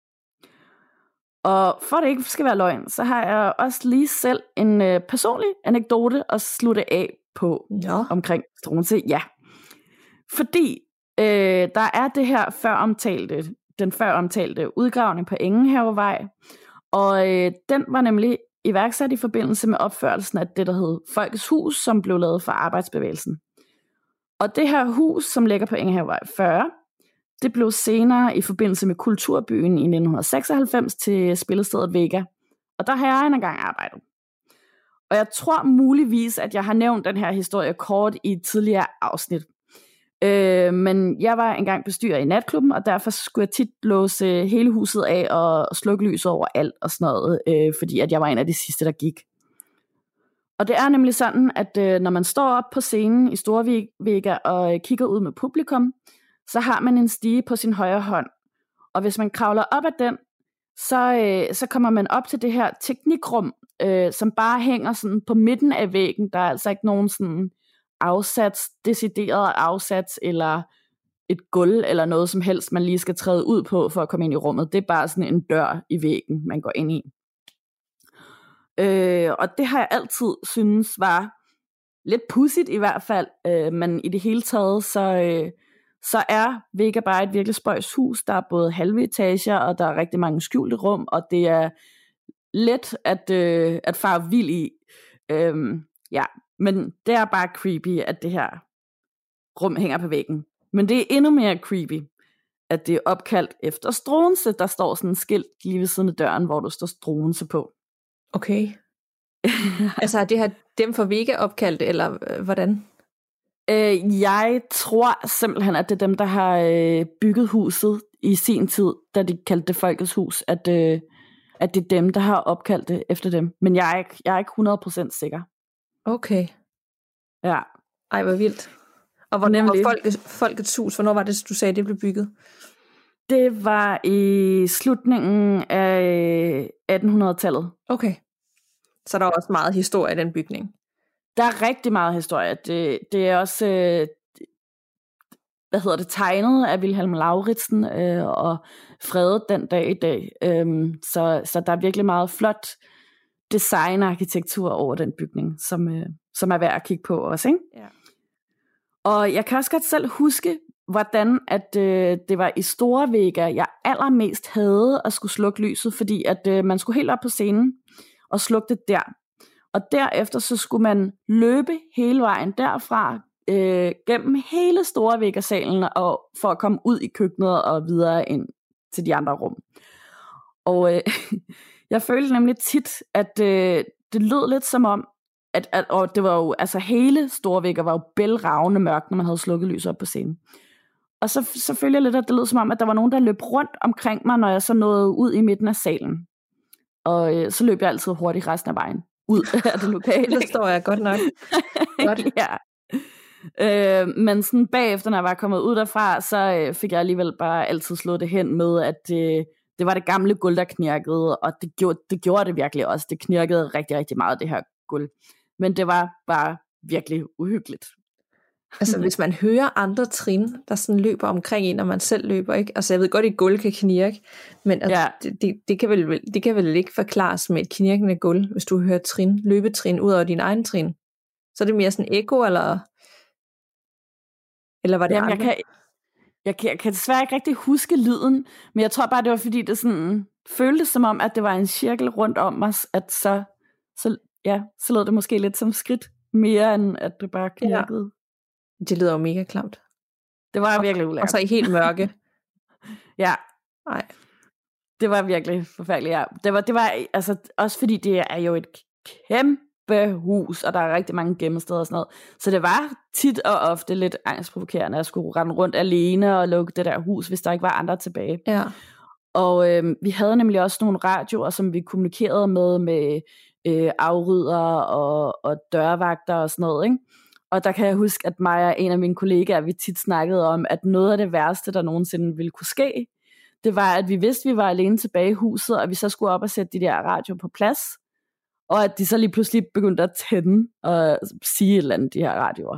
Og for at det ikke skal være løgn, så har jeg også lige selv en øh, personlig anekdote at slutte af på ja. omkring Struensee. Ja, fordi øh, der er det her før omtalte, den før omtalte udgravning på Engenhavevej, og øh, den var nemlig iværksat i forbindelse med opførelsen af det, der hed Folkets Hus, som blev lavet for arbejdsbevægelsen. Og det her hus, som ligger på Engenhavevej fyrre, det blev senere i forbindelse med Kulturbyen i nitten seksoghalvfems til spillestedet Vega. Og der har jeg en gang arbejdet. Og jeg tror muligvis, at jeg har nævnt den her historie kort i et tidligere afsnit. Øh, men jeg var engang bestyrer i natklubben, og derfor skulle jeg tit låse hele huset af og slukke lyset over alt og sådan noget, øh, fordi at jeg var en af de sidste, der gik. Og det er nemlig sådan, at øh, når man står op på scenen i Store Vega og øh, kigger ud med publikum, så har man en stige på sin højre hånd. Og hvis man kravler op ad den, så, øh, så kommer man op til det her teknikrum, øh, som bare hænger sådan på midten af væggen. Der er altså ikke nogen sådan afsats, decideret afsats, eller et gulv, eller noget som helst, man lige skal træde ud på, for at komme ind i rummet. Det er bare sådan en dør i væggen, man går ind i. Øh, og det har jeg altid synes var lidt pudsigt i hvert fald, øh, men i det hele taget, så... Øh, så er Vega bare et virkelig spøjs hus. Der er både halve etager, og der er rigtig mange skjulte rum, og det er let at, øh, at fare vild i. Øhm, ja, men det er bare creepy, at det her rum hænger på væggen. Men det er endnu mere creepy, at det er opkaldt efter Struensee. Der står sådan en skilt lige ved siden af døren, hvor der står Struensee på. Okay. Altså er det her dem for Vega opkaldt, eller øh, hvordan? Øh, jeg tror simpelthen, at det er dem, der har øh, bygget huset i sin tid, da de kaldte det Folkets Hus, at, øh, at det er dem, der har opkaldt det efter dem. Men jeg er ikke, jeg er ikke hundrede procent sikker. Okay. Ja. Ej, hvor vildt. Og hvornår var Folkets, Folkets Hus, hvornår var det, du sagde, det blev bygget? Det var i slutningen af attenhundredetallet. Okay. Så der er også meget historie i den bygning. Der er rigtig meget historie. Det, det er også, øh, hvad hedder det, tegnet af Wilhelm Lauritsen øh, og fredet den dag i dag. Øhm, så, så der er virkelig meget flot designarkitektur over den bygning, som, øh, som er værd at kigge på også, ikke? Ja. Og jeg kan også godt selv huske, hvordan at øh, det var i Store Vega, jeg allermest havde at skulle slukke lyset, fordi at øh, man skulle helt op på scenen og slukke det der. Og derefter så skulle man løbe hele vejen derfra, øh, gennem hele Store Vega-salen, og for at komme ud i køkkenet og videre ind til de andre rum. Og øh, jeg følte nemlig tit, at øh, det lød lidt som om, at, at og det var jo, altså hele Store Vega var jo bælragende mørkt, når man havde slukket lyset op på scenen. Og så, så følte jeg lidt, at det lød som om, at der var nogen, der løb rundt omkring mig, når jeg så nåede ud i midten af salen. Og øh, så løb jeg altid hurtigt resten af vejen ud af det lokale. Det står jeg godt nok. Godt. Ja. Øh, men sådan bagefter, når jeg var kommet ud derfra, så øh, fik jeg alligevel bare altid slået det hen med, at øh, det var det gamle gulv, der knirkede, og det gjorde, det gjorde det virkelig også. Det knirkede rigtig, rigtig meget, det her gulv. Men det var bare virkelig uhyggeligt. Altså hvis man hører andre trin, der sådan løber omkring en, når man selv løber, ikke? Altså jeg ved godt, at et gulv kan knirke, men altså, ja. det, det, det, kan vel, det kan vel ikke forklares med et knirkende gulv, hvis du hører trin, løbetrin ud over din egen trin. Så er det mere sådan ekko, eller, eller var det Jamen, andre? Jeg kan, jeg, kan, jeg kan desværre ikke rigtig huske lyden, men jeg tror bare, det var fordi, det sådan føltes som om, at det var en cirkel rundt om mig, at så, så, ja, så lød det måske lidt som skridt, mere end at det bare knirkede. Ja. Det lyder jo mega klamt. Det var virkelig ulækkert. Og så i helt mørke. Ja. Nej. Det var virkelig forfærdeligt, ja. Det var, det var altså, også fordi det er jo et kæmpe hus, og der er rigtig mange gemmesteder og sådan noget. Så det var tit og ofte lidt angstprovokerende, at jeg skulle rende rundt alene og lukke det der hus, hvis der ikke var andre tilbage. Ja. Og øh, vi havde nemlig også nogle radioer, som vi kommunikerede med, med øh, afrydder og, og dørvagter og sådan noget, ikke? Og der kan jeg huske, at mig og en af mine kollegaer, vi tit snakkede om, at noget af det værste, der nogensinde ville kunne ske, det var, at vi vidste, at vi var alene tilbage i huset, og vi så skulle op og sætte de der radioer på plads. Og at de så lige pludselig begyndte at tænde og sige et eller andet, de her radioer.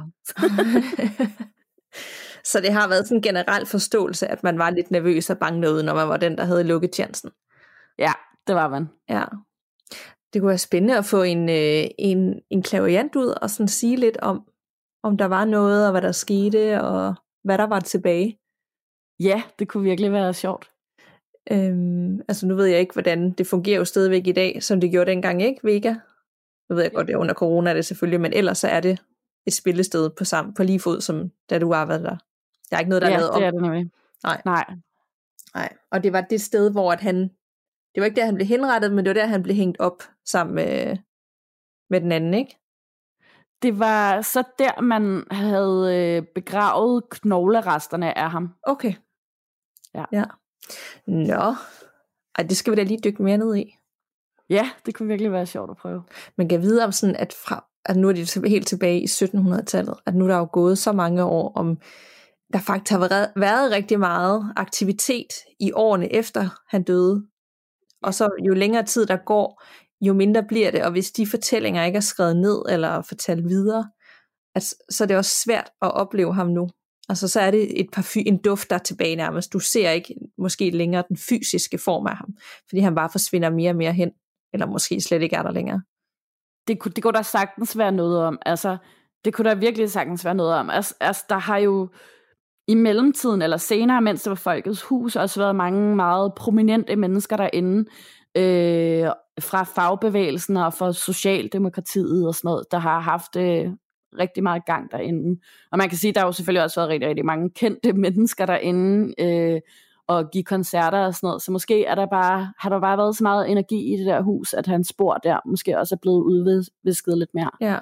Så det har været sådan en generel forståelse, at man var lidt nervøs og bange noget, når man var den, der havde lukket chancen. Ja, det var man. Ja. Det kunne være spændende at få en, øh, en, en clairvoyant ud og sådan sige lidt om, om der var noget, og hvad der skete, og hvad der var tilbage. Ja, det kunne virkelig være sjovt. Øhm, altså nu ved jeg ikke, hvordan det fungerer jo stadigvæk i dag, som det gjorde dengang, ikke, Vega? Nu ved jeg godt, det er under corona er det selvfølgelig, men ellers så er det et spillested på, sammen, på lige fod, som da du arbejdede der. Der er ikke noget, der ja, er lavet om. Ja, det er det nemlig. Nej. Nej. Nej. Og det var det sted, hvor at han, det var ikke der, han blev henrettet, men det var der, han blev hængt op sammen med, med den anden, ikke? Det var så der, man havde begravet knogleresterne af ham. Okay. Ja. Ja. Nå. Ej, det skal vi da lige dykke mere ned i. Ja, det kunne virkelig være sjovt at prøve. Man kan vide om sådan, at, fra, at nu er de helt tilbage i sytten hundrede-tallet, at nu er der jo gået så mange år, om der faktisk har været, været rigtig meget aktivitet i årene efter han døde. Og så jo længere tid der går, jo mindre bliver det, og hvis de fortællinger ikke er skrevet ned eller fortalt videre, at, så er det også svært at opleve ham nu. Altså så er det et parfum, en duft, der er tilbage nærmest. Du ser ikke måske længere den fysiske form af ham, fordi han bare forsvinder mere og mere hen, eller måske slet ikke er der længere. Det kunne, det kunne der sagtens være noget om. Altså, det kunne der virkelig sagtens være noget om. Altså, altså der har jo i mellemtiden, eller senere, mens det var Folkets Hus, også været mange meget prominente mennesker derinde, øh, fra fagbevægelsen og fra Socialdemokratiet og sådan noget, der har haft øh, rigtig meget gang derinde. Og man kan sige, der har jo selvfølgelig også været rigtig, rigtig mange kendte mennesker derinde, øh, og give koncerter og sådan noget. Så måske er der bare, har der bare været så meget energi i det der hus, at hans spor der måske også er blevet udvisket lidt mere. Ja.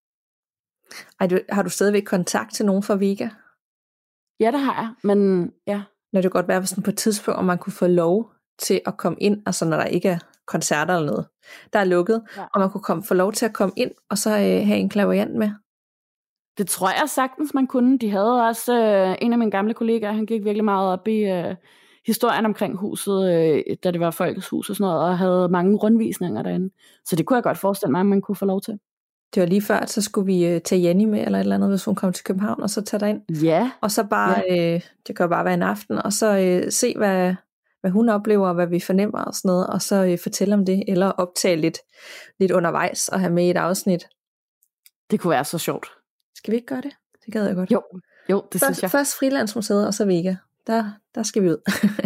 Ej, du, har du stadigvæk kontakt til nogen fra Vega? Ja, det har jeg, men ja. Når det godt være sådan på et tidspunkt, om man kunne få lov til at komme ind, altså når der ikke er koncerter eller noget, der er lukket, ja. Og man kunne komme, få lov til at komme ind, og så øh, have en clairvoyant med. Det tror jeg sagtens, man kunne. De havde også, øh, en af mine gamle kollegaer, han gik virkelig meget op i øh, historien omkring huset, øh, da det var Folkets Hus og sådan noget, og havde mange rundvisninger derinde. Så det kunne jeg godt forestille mig, at man kunne få lov til. Det var lige før, at så skulle vi øh, tage Jenny med, eller et eller andet, hvis hun kom til København, og så tage derind. Ja. Og så bare, ja. øh, det kan jo bare være en aften, og så øh, se, hvad, hvad hun oplever, og hvad vi fornemmer og sådan noget, og så øh, fortælle om det, eller optage lidt, lidt undervejs, og have med i et afsnit. Det kunne være så sjovt. Skal vi ikke gøre det? Det gad jeg godt. Jo, jo det først, synes jeg. Først Frilandsmuseet, og så Vega. Der, der skal vi ud.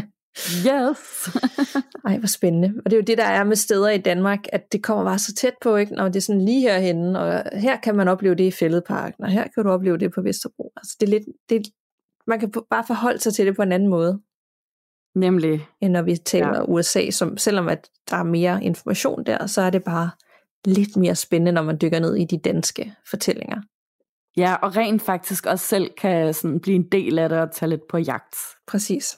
Yes. Ej, hvor spændende. Og det er jo det, der er med steder i Danmark, at det kommer bare så tæt på, ikke? Når det er sådan lige herhenne, og her kan man opleve det i Fælledparken, og her kan du opleve det på Vesterbro. Altså det er lidt, det er, man kan bare forholde sig til det på en anden måde. Nemlig. End når vi taler ja. U S A, som, selvom at der er mere information der, så er det bare lidt mere spændende, når man dykker ned i de danske fortællinger. Ja, og rent faktisk også selv kan sådan blive en del af det og tage lidt på jagt. Præcis.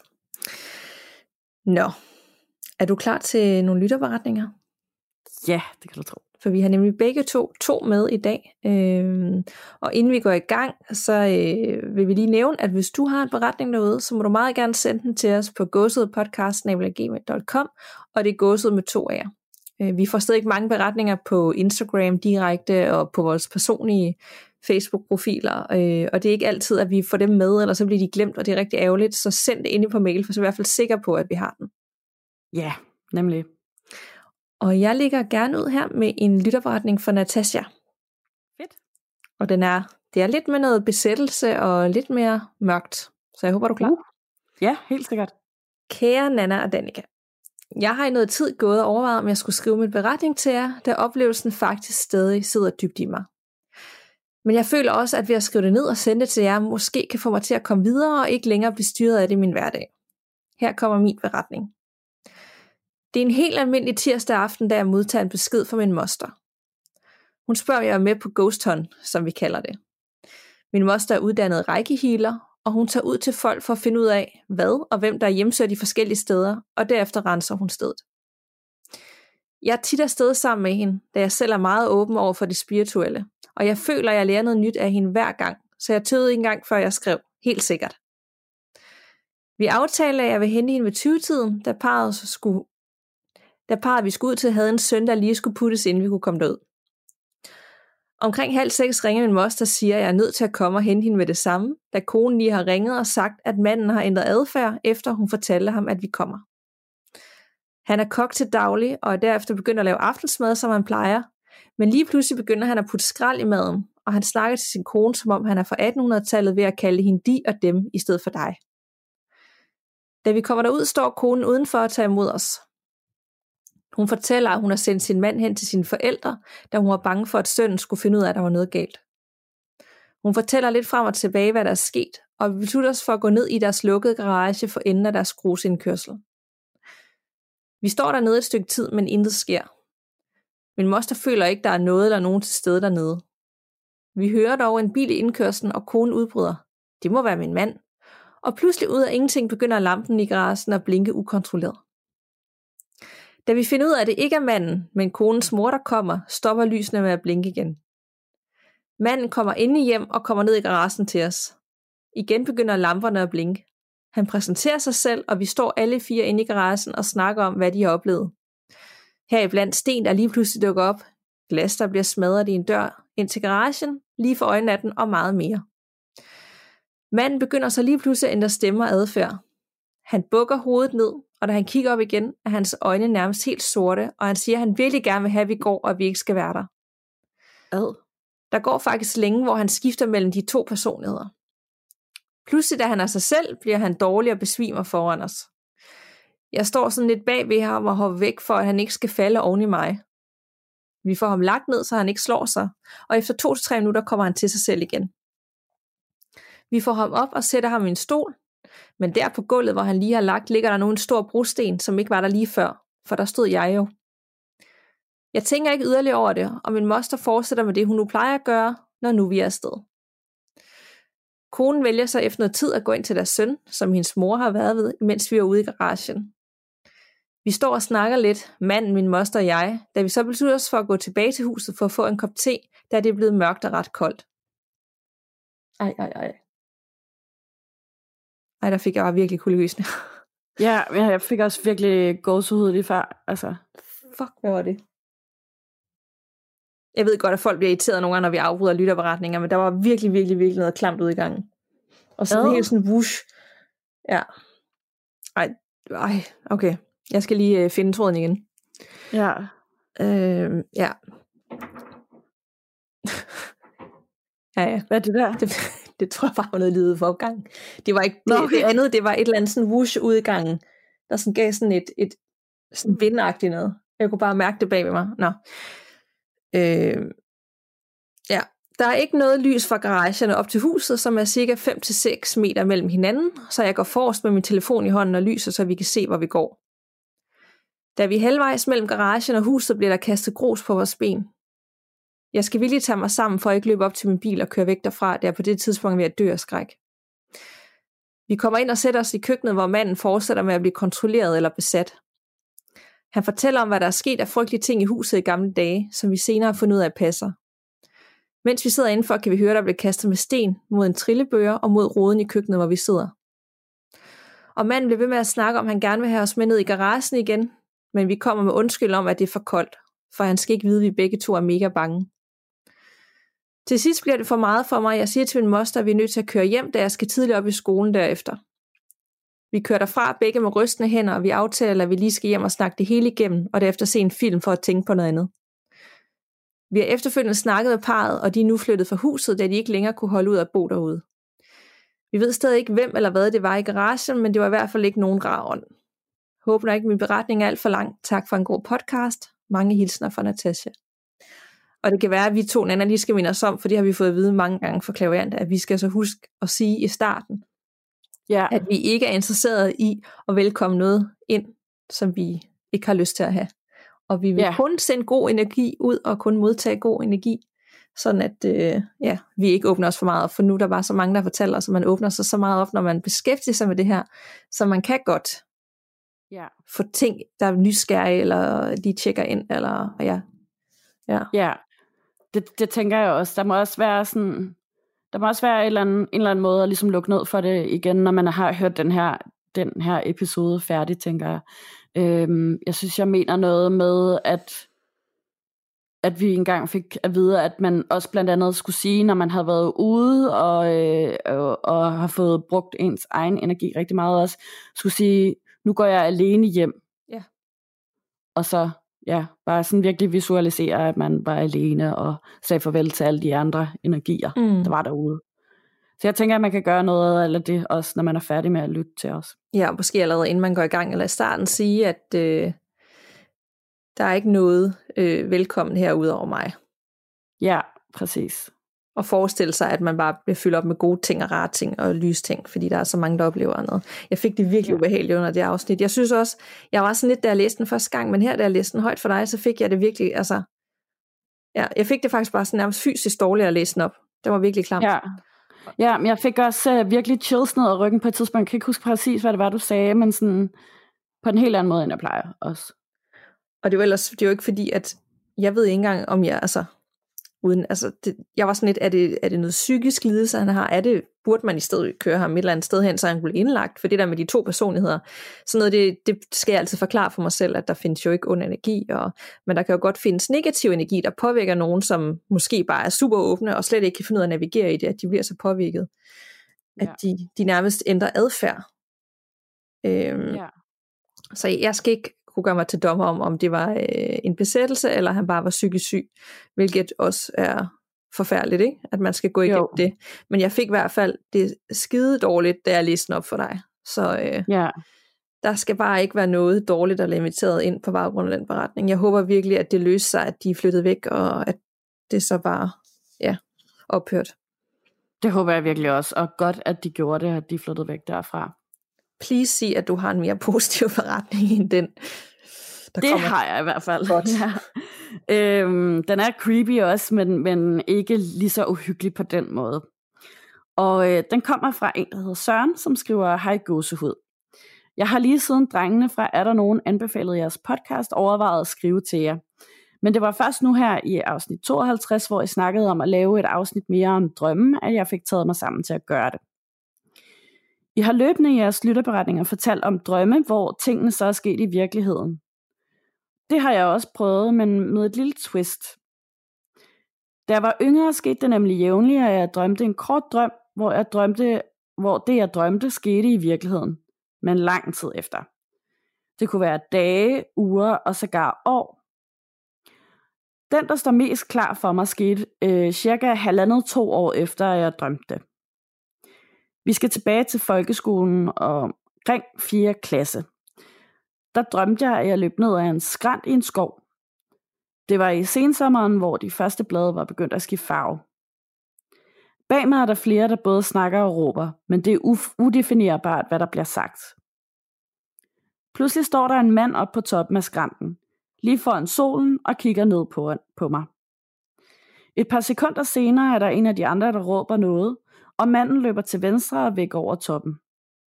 Nå, er du klar til nogle lytterberetninger? Ja, det kan du tro. For vi har nemlig begge to to med i dag. Øhm, og inden vi går i gang, så øh, vil vi lige nævne, at hvis du har en beretning derude, så må du meget gerne sende den til os på gåsødepodcast snabel-a gmail punktum com, og det er gåsød med to af jer. Øh, vi får stadig ikke mange beretninger på Instagram direkte og på vores personlige Facebook-profiler, øh, og det er ikke altid, at vi får dem med, eller så bliver de glemt, og det er rigtig ærgerligt, så send det ind på mail, for så er vi i hvert fald sikker på, at vi har den. Ja, nemlig. Og jeg ligger gerne ud her med en lytterberetning fra Natasha. Fedt. Og den er, det er lidt med noget besættelse og lidt mere mørkt, så jeg håber, du er klar. Uh. Ja, helt sikkert. Kære Nana og Danika, jeg har i noget tid gået og overvejet, om jeg skulle skrive min beretning til jer, da oplevelsen faktisk stadig sidder dybt i mig. Men jeg føler også, at ved at skrive det ned og sende det til jer, måske kan få mig til at komme videre og ikke længere blive styret af det i min hverdag. Her kommer min beretning. Det er en helt almindelig tirsdag aften, da jeg modtager en besked fra min moster. Hun spørger, om jeg er med på Ghost Hunt, som vi kalder det. Min moster er uddannet rækkehealer, og hun tager ud til folk for at finde ud af, hvad og hvem der er hjemsøgt de forskellige steder, og derefter renser hun stedet. Jeg er tit afsted sammen med hende, da jeg selv er meget åben over for det spirituelle, og jeg føler, at jeg lærer noget nyt af hende hver gang, så jeg tøvede ikke engang, før jeg skrev, helt sikkert. Vi aftalte, at jeg vil hente hende ved tyve-tiden, da parret skulle, Da parret vi skulle ud til havde en søn, der lige skulle puttes, inden vi kunne komme derud. Omkring halv seks ringer min moster og siger, at jeg er nødt til at komme og hente hende med det samme, da konen lige har ringet og sagt, at manden har ændret adfærd, efter hun fortalte ham, at vi kommer. Han er kok til daglig, og er derefter begyndt at lave aftensmad, som han plejer, men lige pludselig begynder han at putte skrald i maden, og han snakker til sin kone, som om han er fra attenhundredetallet ved at kalde hende de og dem i stedet for dig. Da vi kommer derud, står konen udenfor at tage imod os. Hun fortæller, at hun har sendt sin mand hen til sine forældre, da hun var bange for, at sønnen skulle finde ud af, at der var noget galt. Hun fortæller lidt frem og tilbage, hvad der er sket, og vi beslutter os for at gå ned i deres lukkede garage for enden af deres grusindkørsel. Vi står dernede et stykke tid, men intet sker. Min moster føler ikke, der er noget eller nogen til stede dernede. Vi hører dog en bil i indkørslen, og konen udbryder. Det må være min mand. Og pludselig ud af ingenting begynder lampen i garagen at blinke ukontrolleret. Da vi finder ud af, at det ikke er manden, men konens mor, der kommer, stopper lysene med at blinke igen. Manden kommer ind i hjem og kommer ned i garagen til os. Igen begynder lamperne at blinke. Han præsenterer sig selv, og vi står alle fire inde i garagen og snakker om, hvad de har oplevet. Heriblandt sten, der lige pludselig dukker op, glas, der bliver smadret i en dør, ind til garagen, lige for øjnene af den og meget mere. Manden begynder så lige pludselig at ændre stemme og adfærd. Han bukker hovedet ned, og da han kigger op igen, er hans øjne nærmest helt sorte, og han siger, at han virkelig gerne vil have, at vi går, og at vi ikke skal være der. Ad. Der går faktisk længe, hvor han skifter mellem de to personligheder. Pludselig, da han er sig selv, bliver han dårlig og besvimer foran os. Jeg står sådan lidt bag ved ham og hopper væk, for at han ikke skal falde oven i mig. Vi får ham lagt ned, så han ikke slår sig, og efter to til tre minutter kommer han til sig selv igen. Vi får ham op og sætter ham i en stol, men der på gulvet, hvor han lige har lagt, ligger der nu en stor brosten, som ikke var der lige før, for der stod jeg jo. Jeg tænker ikke yderligere over det, og min moster fortsætter med det, hun nu plejer at gøre, når nu vi er afsted. Konen vælger så efter noget tid at gå ind til deres søn, som hendes mor har været ved, mens vi er ude i garagen. Vi står og snakker lidt, manden, min moster og jeg, da vi så beslutter os for at gå tilbage til huset for at få en kop te, da det er blevet mørkt og ret koldt. Ej, ej, ej. Ej, der fik jeg bare virkelig kuldegysende. Ja, jeg fik også virkelig gåsehud lige før. Altså. Fuck, hvad var det? Jeg ved godt, at folk bliver irriteret nogle gange, når vi afbryder lytterberetninger, men der var virkelig, virkelig, virkelig noget klamt ud i gangen. Og så helt sådan whoosh. Ja. Ej, ej, okay. Jeg skal lige øh, finde tråden igen. Ja. Øh, ja. ja, ja. Hvad er det der? Det, det tror jeg bare var noget lidet for opgangen. Det var ikke det, Nå, okay. det andet, det var et eller andet sådan whoosh ud i gangen, der sådan gav sådan et, et sådan vindagtigt noget. Jeg kunne bare mærke det bag ved mig. Nå. Øh, ja, der er ikke noget lys fra garagerne op til huset, som er cirka fem til seks meter mellem hinanden, så jeg går forrest med min telefon i hånden og lyser, så vi kan se, hvor vi går. Da vi er halvvejs mellem garagen og huset, bliver der kastet grus på vores ben. Jeg skal virkelig tage mig sammen, for at ikke løbe op til min bil og køre væk derfra, der på det tidspunkt ved at dø af skræk. Vi kommer ind og sætter os i køkkenet, hvor manden fortsætter med at blive kontrolleret eller besat. Han fortæller om, hvad der er sket af frygtelige ting i huset i gamle dage, som vi senere har fundet ud af passer. Mens vi sidder indenfor, kan vi høre, der bliver kastet med sten mod en trillebør og mod ruden i køkkenet, hvor vi sidder. Og manden bliver ved med at snakke om, at han gerne vil have os med ned i garagen igen, men vi kommer med undskyld om, at det er for koldt, for han skal ikke vide, at vi begge to er mega bange. Til sidst bliver det for meget for mig, jeg siger til min moster, at vi er nødt til at køre hjem, da jeg skal tidligt op i skolen derefter. Vi kører derfra begge med rystende hænder, og vi aftaler, at vi lige skal hjem og snakke det hele igennem, og derefter se en film for at tænke på noget andet. Vi har efterfølgende snakket med parret, og de er nu flyttet fra huset, da de ikke længere kunne holde ud at bo derude. Vi ved stadig ikke, hvem eller hvad det var i garagen, men det var i hvert fald ikke nogen rar ånd. Håber ikke, min beretning er alt for lang. Tak for en god podcast. Mange hilsner fra Natasha. Og det kan være, at vi to anden lige skal minde os om, for det har vi fået at vide mange gange fra Clairvoyant, at vi skal så huske at sige i starten, ja. At vi ikke er interesseret i at velkomme noget ind, som vi ikke har lyst til at have. Og vi vil ja. kun sende god energi ud, og kun modtage god energi, sådan at øh, ja, vi ikke åbner os for meget op. For nu er der bare så mange, der fortæller os, at man åbner sig så meget op, når man beskæftiger sig med det her, så man kan godt ja. få ting, der er nysgerrige, eller de tjekker ind, eller ja. Ja, ja. Det, det tænker jeg også. Der må også være sådan... Der må også være en eller anden, en eller anden måde at ligesom lukke ned for det igen, når man har hørt den her, den her episode færdig, tænker jeg. Øhm, jeg synes, jeg mener noget med, at, at vi engang fik at vide, at man også blandt andet skulle sige, når man havde været ude og, øh, og, og har fået brugt ens egen energi rigtig meget også, skulle sige, nu går jeg alene hjem. Ja. Og så ja, bare sådan virkelig visualisere, at man var alene og sagde farvel til alle de andre energier, mm. der var derude. Så jeg tænker, at man kan gøre noget af det også, når man er færdig med at lytte til os. Ja, og måske allerede inden man går i gang, eller i starten sige, at øh, der er ikke noget øh, velkommen her ud over mig. Ja, præcis. Og forestille sig, at man bare bliver fyldt op med gode ting og rare ting og lysting, fordi der er så mange, der oplever noget. Jeg fik det virkelig ja. ubehageligt under det afsnit. Jeg synes også, jeg var sådan lidt, da jeg læste den første gang, men her, da jeg læste den højt for dig, så fik jeg det virkelig, altså, ja, jeg fik det faktisk bare sådan nærmest fysisk dårligt at læse den op. Det var virkelig klamt. Ja. Ja, men jeg fik også uh, virkelig chills ned ad ryggen på et tidspunkt. Jeg kan ikke huske præcis, hvad det var, du sagde, men sådan på en helt anden måde, end jeg plejer også. Og det er jo ellers, det er jo ikke fordi, at jeg ved ikke engang, om jeg, altså, uden, altså, det, jeg var sådan lidt, er det, er det noget psykisk lidelse, han har? Er det, burde man i stedet køre ham et eller andet sted hen, så han blev indlagt? For det der med de to personligheder, sådan noget, det, det skal jeg altid forklare for mig selv, at der findes jo ikke ond energi, og, men der kan jo godt findes negativ energi, der påvirker nogen, som måske bare er super åbne, og slet ikke kan finde ud af at navigere i det, at de bliver så påvirket, at ja. de, de nærmest ændrer adfærd. Øhm, ja. Så jeg skal ikke kunne gøre mig til dommer om, om det var øh, en besættelse, eller han bare var psykisk syg, hvilket også er forfærdeligt, ikke? At man skal gå igennem jo. det. Men jeg fik i hvert fald det skide dårligt, da jeg læste den op for dig. Så øh, ja. der skal bare ikke være noget dårligt og limiteret ind på baggrund af den beretning. Jeg håber virkelig, at det løser sig, at de er flyttet væk, og at det så bare ja, ophørt. Det håber jeg virkelig også, og godt, at de gjorde det, at de flyttede væk derfra. Please sig, at du har en mere positiv forretning end den, der det kommer. har jeg i hvert fald. Ja. Øhm, den er creepy også, men, men ikke lige så uhyggelig på den måde. Og øh, den kommer fra en, der hedder Søren, som skriver, hej gåsehud. Jeg har lige siden drengene fra Er der nogen anbefalet jeres podcast overvejet at skrive til jer. Men det var først nu her i afsnit tooghalvtreds, hvor I snakkede om at lave et afsnit mere om drømme, at jeg fik taget mig sammen til at gøre det. I har løbende i jeres lytterberetninger fortalt om drømme, hvor tingene så er sket i virkeligheden. Det har jeg også prøvet, men med et lille twist. Da jeg var yngre, skete det nemlig jævnligt, at jeg drømte en kort drøm, hvor, jeg drømte, hvor det jeg drømte skete i virkeligheden, men lang tid efter. Det kunne være dage, uger og sågar år. Den, der står mest klar for mig, skete øh, cirka halvandet to år efter, at jeg drømte det. Vi skal tilbage til folkeskolen og omkring fjerde klasse. Der drømte jeg, at jeg løb ned ad en skrænt i en skov. Det var i sensommeren, hvor de første blade var begyndt at skifte farve. Bag mig er der flere, der både snakker og råber, men det er uf- udefinerbart, hvad der bliver sagt. Pludselig står der en mand op på toppen af skrænten, lige foran solen og kigger ned på, på mig. Et par sekunder senere er der en af de andre, der råber noget, og manden løber til venstre og væk over toppen.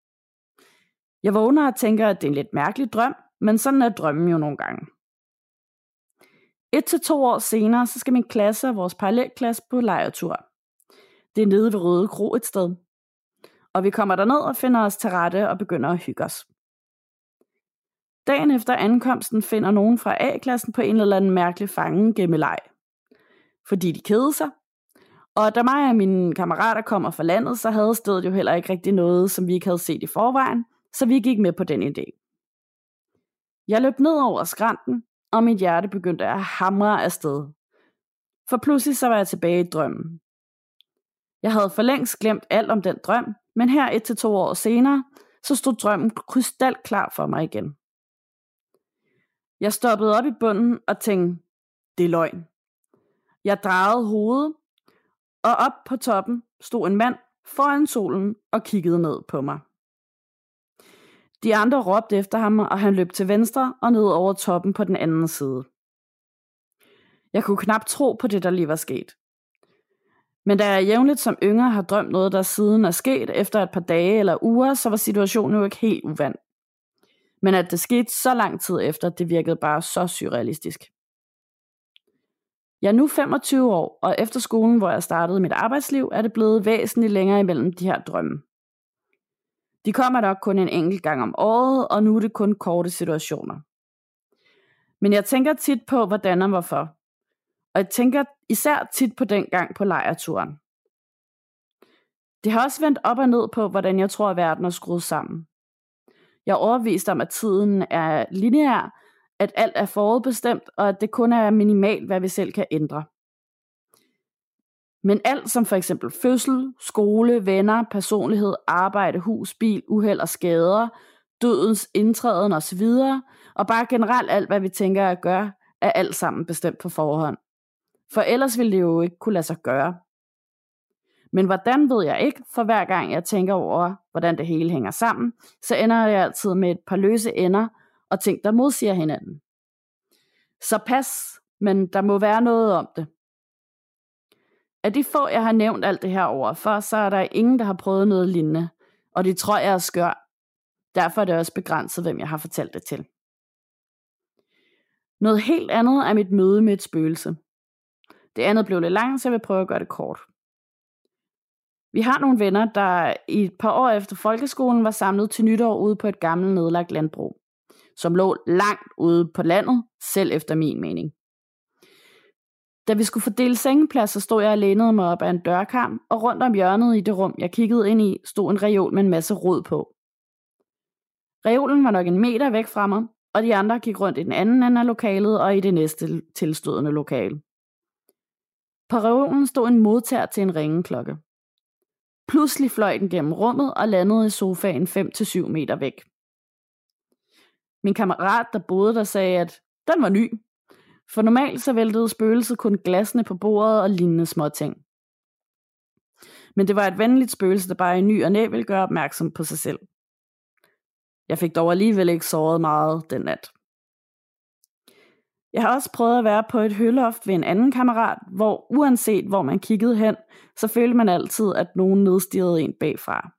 Jeg vågner og tænker, at det er en lidt mærkelig drøm, men sådan er drømmen jo nogle gange. Et til to år senere, så skal min klasse og vores parallelklasse på lejretur. Det er nede ved Røde Kro et sted. Og vi kommer derned og finder os til rette og begynder at hygge os. Dagen efter ankomsten finder nogen fra A-klassen på en eller anden mærkelig fangegemmeleg. Fordi de kedede sig. Og da mig og mine kammerater kommer fra landet, så havde stedet jo heller ikke rigtig noget, som vi ikke havde set i forvejen, så vi gik med på den idé. Jeg løb ned over skrænten, og mit hjerte begyndte at hamre afsted. For pludselig så var jeg tilbage i drømmen. Jeg havde for længst glemt alt om den drøm, men her et til to år senere, så stod drømmen krystalklar for mig igen. Jeg stoppede op i bunden og tænkte, det er løgn. Jeg drejede hovedet, og op på toppen stod en mand foran solen og kiggede ned på mig. De andre råbte efter ham, og han løb til venstre og ned over toppen på den anden side. Jeg kunne knap tro på det, der lige var sket. Men da jeg jævnligt som yngre har drømt noget, der siden er sket efter et par dage eller uger, så var situationen jo ikke helt uvant. Men at det skete så lang tid efter, det virkede bare så surrealistisk. Jeg er nu femogtyve år, og efter skolen, hvor jeg startede mit arbejdsliv, er det blevet væsentligt længere imellem de her drømme. De kommer nok kun en enkelt gang om året, og nu er det kun korte situationer. Men jeg tænker tit på, hvordan og hvorfor. Og jeg tænker især tit på den gang på lejrturen. Det har også vendt op og ned på, hvordan jeg tror, at verden er skruet sammen. Jeg er overbevist om, at tiden er lineær, at alt er forudbestemt, og at det kun er minimalt, hvad vi selv kan ændre. Men alt som for eksempel fødsel, skole, venner, personlighed, arbejde, hus, bil, uheld og skader, dødens indtræden osv., og bare generelt alt, hvad vi tænker at gøre, er alt sammen bestemt på forhånd. For ellers ville det jo ikke kunne lade sig gøre. Men hvordan ved jeg ikke, for hver gang jeg tænker over, hvordan det hele hænger sammen, så ender jeg altid med et par løse ender og ting, der modsiger hinanden. Så pas, men der må være noget om det. Af de få, jeg har nævnt alt det her over for, så er der ingen, der har prøvet noget lignende, og de tror, jeg er skør. Derfor er det også begrænset, hvem jeg har fortalt det til. Noget helt andet er mit møde med et spøgelse. Det andet blev lidt langt, så jeg vil prøve at gøre det kort. Vi har nogle venner, der i et par år efter folkeskolen var samlet til nytår ude på et gammelt nedlagt landbrug, som lå langt ude på landet, selv efter min mening. Da vi skulle fordele sengepladser, stod jeg og lænede mig op ad en dørkarm, og rundt om hjørnet i det rum, jeg kiggede ind i, stod en reol med en masse rod på. Reolen var nok en meter væk fra mig, og de andre gik rundt i den anden ende af lokalet og i det næste tilstødende lokale. På reolen stod en modtager til en ringeklokke. Pludselig fløj den gennem rummet og landede i sofaen fem til syv meter væk. Min kammerat, der boede der, sagde, at den var ny. For normalt så væltede spøgelset kun glasene på bordet og lignende småting. Men det var et venligt spøgelse, der bare i ny og næ ville gøre opmærksom på sig selv. Jeg fik dog alligevel ikke sovet meget den nat. Jeg har også prøvet at være på et høloft ved en anden kammerat, hvor uanset hvor man kiggede hen, så følte man altid, at nogen nedstirrede en bagfra.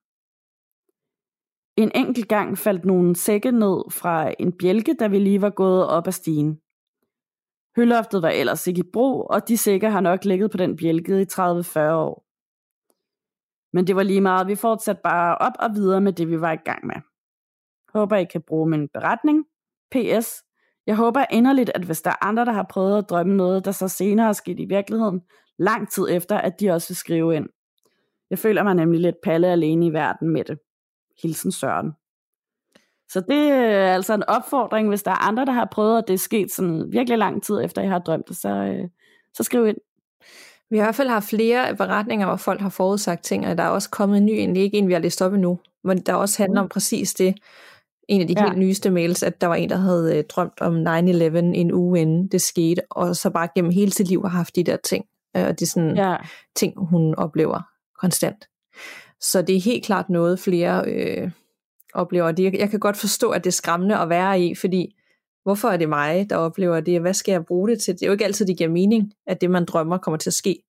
En enkelt gang faldt nogle sække ned fra en bjælke, da vi lige var gået op ad stigen. Høloftet var ellers ikke i brug, og de sække har nok ligget på den bjælke i tredive til fyrre år. Men det var lige meget, vi fortsatte bare op og videre med det, vi var i gang med. Håber, I kan bruge min beretning. P S. Jeg håber inderligt, at hvis der er andre, der har prøvet at drømme noget, der så senere er sket i virkeligheden, lang tid efter, at de også vil skrive ind. Jeg føler mig nemlig lidt palle alene i verden med det. Hilsen Søren. Så det er altså en opfordring, hvis der er andre, der har prøvet, at det er sket sådan virkelig lang tid efter, jeg har drømt det, så, øh, så skriv ind. Vi har i hvert fald haft flere beretninger, hvor folk har forudsagt ting, og der er også kommet en ny, egentlig ikke en, vi har læst op endnu, men der også handler om præcis det. En af de ja. helt nyeste mails, at der var en, der havde øh, drømt om nine eleven en uge inden det skete, og så bare gennem hele sit liv har haft de der ting, øh, og det er sådan ja. ting, hun oplever konstant. Så det er helt klart noget, flere øh, oplever det. Jeg kan godt forstå, at det er skræmmende at være i, fordi hvorfor er det mig, der oplever det? Hvad skal jeg bruge det til? Det er jo ikke altid, det giver mening, at det, man drømmer, kommer til at ske.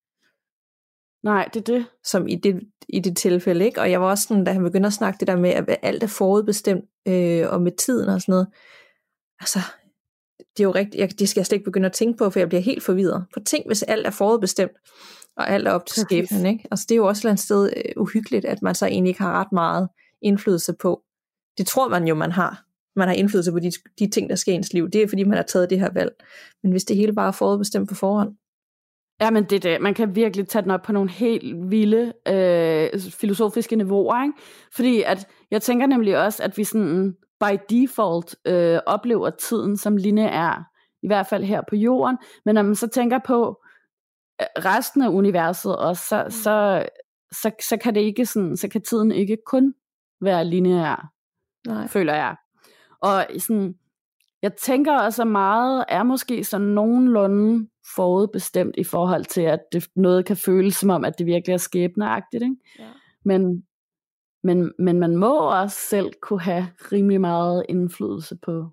Nej, det er det. Som i det, i det tilfælde, ikke? Og jeg var også sådan, da han begyndte at snakke det der med, at alt er forudbestemt, øh, og med tiden og sådan noget. Altså, det er jo rigtigt, jeg, det skal jeg slet ikke begynde at tænke på, for jeg bliver helt forvirret. For tænk, hvis alt er forudbestemt, og alt er op til skæbnen, ikke? Altså, det er jo også et eller andet sted øh, uhyggeligt, at man så egentlig ikke har ret meget indflydelse på. Det tror man jo, man har. Man har indflydelse på de, de ting, der sker i ens liv. Det er, fordi man har taget det her valg. Men hvis det hele bare er forudbestemt på forhånd. Ja, men det er det. Man kan virkelig tage den op på nogle helt vilde øh, filosofiske niveauer, ikke? Fordi at, jeg tænker nemlig også, at vi sådan by default øh, oplever tiden som lineær, i hvert fald her på jorden. Men når man så tænker på resten af universet også, så, så, så, så kan det ikke sådan, så kan tiden ikke kun være lineær, Nej. føler jeg. Og sådan, jeg tænker også, at meget er måske sådan nogenlunde forudbestemt i forhold til, at det, noget kan føles som om, at det virkelig er skæbneagtigt, ikke? Ja. Men, men, men man må også selv kunne have rimelig meget indflydelse på.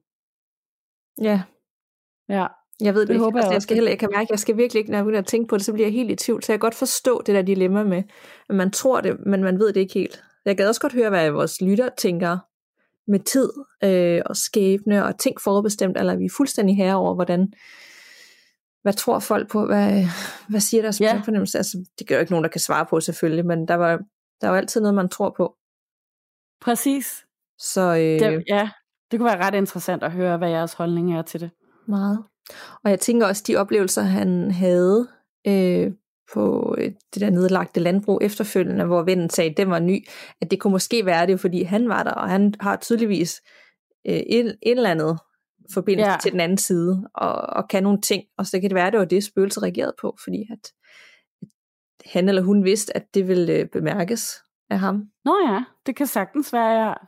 Ja. Ja. Jeg ved det, det ikke. Håber jeg, altså, jeg skal heller ikke mærke, jeg skal virkelig ikke, når jeg begynder at tænke på det, så bliver jeg helt i tvivl. Så jeg kan godt forstå det der dilemma med, at man tror det, men man ved det ikke helt. Jeg kan også godt høre, hvad vores lytter tænker med tid øh, og skæbne og ting forudbestemt, eller vi er fuldstændig herre over, hvordan, hvad tror folk på, hvad, hvad siger deres ja. fornemmelse? Altså, det gør jo ikke nogen, der kan svare på selvfølgelig, men der var, der var altid noget, man tror på. Præcis. Så øh, det, ja, det kunne være ret interessant at høre, hvad jeres holdning er til det. Meget. Og jeg tænker også, de oplevelser, han havde øh, på det der nedlagte landbrug efterfølgende, hvor vennen sagde, at det var ny, at det kunne måske være det, fordi han var der, og han har tydeligvis øh, et, et eller andet forbindelse ja. til den anden side, og, og kan nogle ting, og så kan det være, det var det, spøgelset reagerede på, fordi at han eller hun vidste, at det ville øh, bemærkes af ham. Nå ja, det kan sagtens være, ja.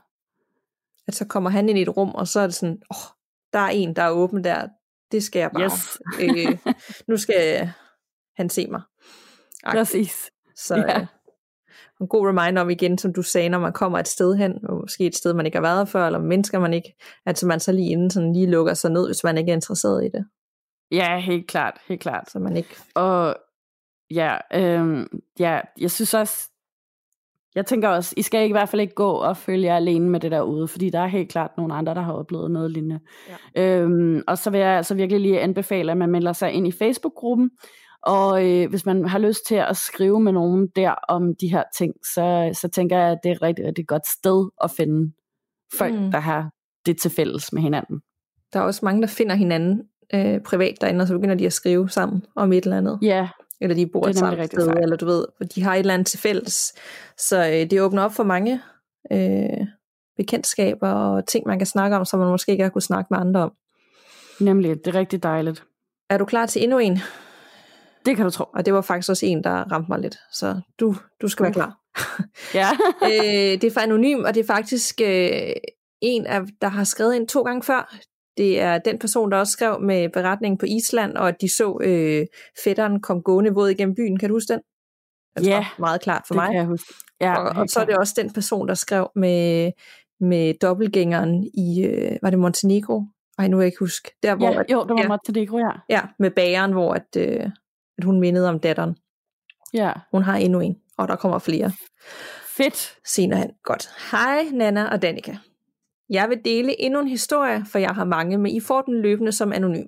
At så kommer han ind i et rum, og så er det sådan, åh, oh, der er en, der er åben der, det skal jeg bare. Yes. øh, nu skal han se mig. Aktivt. Præcis. Så ja. øh, en god reminder om igen, som du sagde, når man kommer et sted hen, og måske et sted, man ikke har været før, eller mennesker, man ikke, at man så lige inden sådan lige lukker sig ned, hvis man ikke er interesseret i det. Ja, helt klart, helt klart. Så man ikke... Og ja, øh, ja, jeg synes også, jeg tænker også, I skal i hvert fald ikke gå og følge jer alene med det derude, fordi der er helt klart nogle andre, der har oplevet noget lignende. Ja. Øhm, og så vil jeg altså virkelig lige anbefale, at man melder sig ind i Facebook-gruppen, og øh, hvis man har lyst til at skrive med nogen der om de her ting, så, så tænker jeg, at det er et rigtig, rigtig godt sted at finde folk, mm. der har det til fælles med hinanden. Der er også mange, der finder hinanden øh, privat derinde, og så begynder de at skrive sammen om et eller andet. Ja. Eller de bor et samme sted, sejt. Eller du ved, de har et eller andet til fælles. Så øh, det åbner op for mange øh, bekendtskaber og ting, man kan snakke om, som man måske ikke har kunnet snakke med andre om. Nemlig, det er rigtig dejligt. Er du klar til endnu en? Det kan du tro. Og det var faktisk også en, der ramte mig lidt, så du, du skal uh. være klar. Ja. øh, det er for anonym, og det er faktisk øh, en, af, der har skrevet ind to gange før. Det er den person, der også skrev med beretningen på Island, og at de så øh, fætteren kom gående våd igennem byen. Kan du huske den? Ja, yeah, meget klart for det mig. Kan jeg huske. Ja, og, og så er det også den person, der skrev med, med dobbeltgængeren i, øh, var det Montenegro? Ej, nu kan jeg ikke huske. Der, hvor, ja, at, jo, det var ja, Montenegro, ja. Ja, med bageren, hvor at, øh, at hun mindede om datteren. Ja. Hun har endnu en, og der kommer flere. Fedt. Senere hen. Godt. Hej, Nana og Danika. Jeg vil dele endnu en historie, for jeg har mange, men I får den løbende som anonym.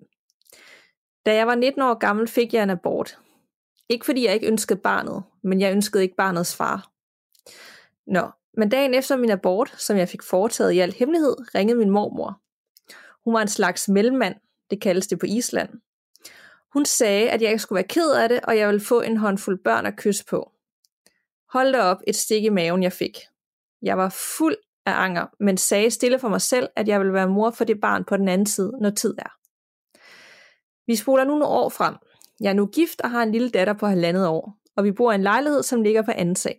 Da jeg var nitten år gammel, fik jeg en abort. Ikke fordi jeg ikke ønskede barnet, men jeg ønskede ikke barnets far. Nå, men dagen efter min abort, som jeg fik foretaget i al hemmelighed, ringede min mormor. Hun var en slags mellemmand, det kaldes det på Island. Hun sagde, at jeg ikke skulle være ked af det, og jeg ville få en håndfuld børn at kysse på. Hold da op, et stik i maven jeg fik. Jeg var fuld af anger, men sagde stille for mig selv, at jeg ville være mor for det barn på den anden side, når tid er. Vi spoler nu nogle år frem. Jeg er nu gift og har en lille datter på halvandet år, og vi bor i en lejlighed, som ligger på anden sal.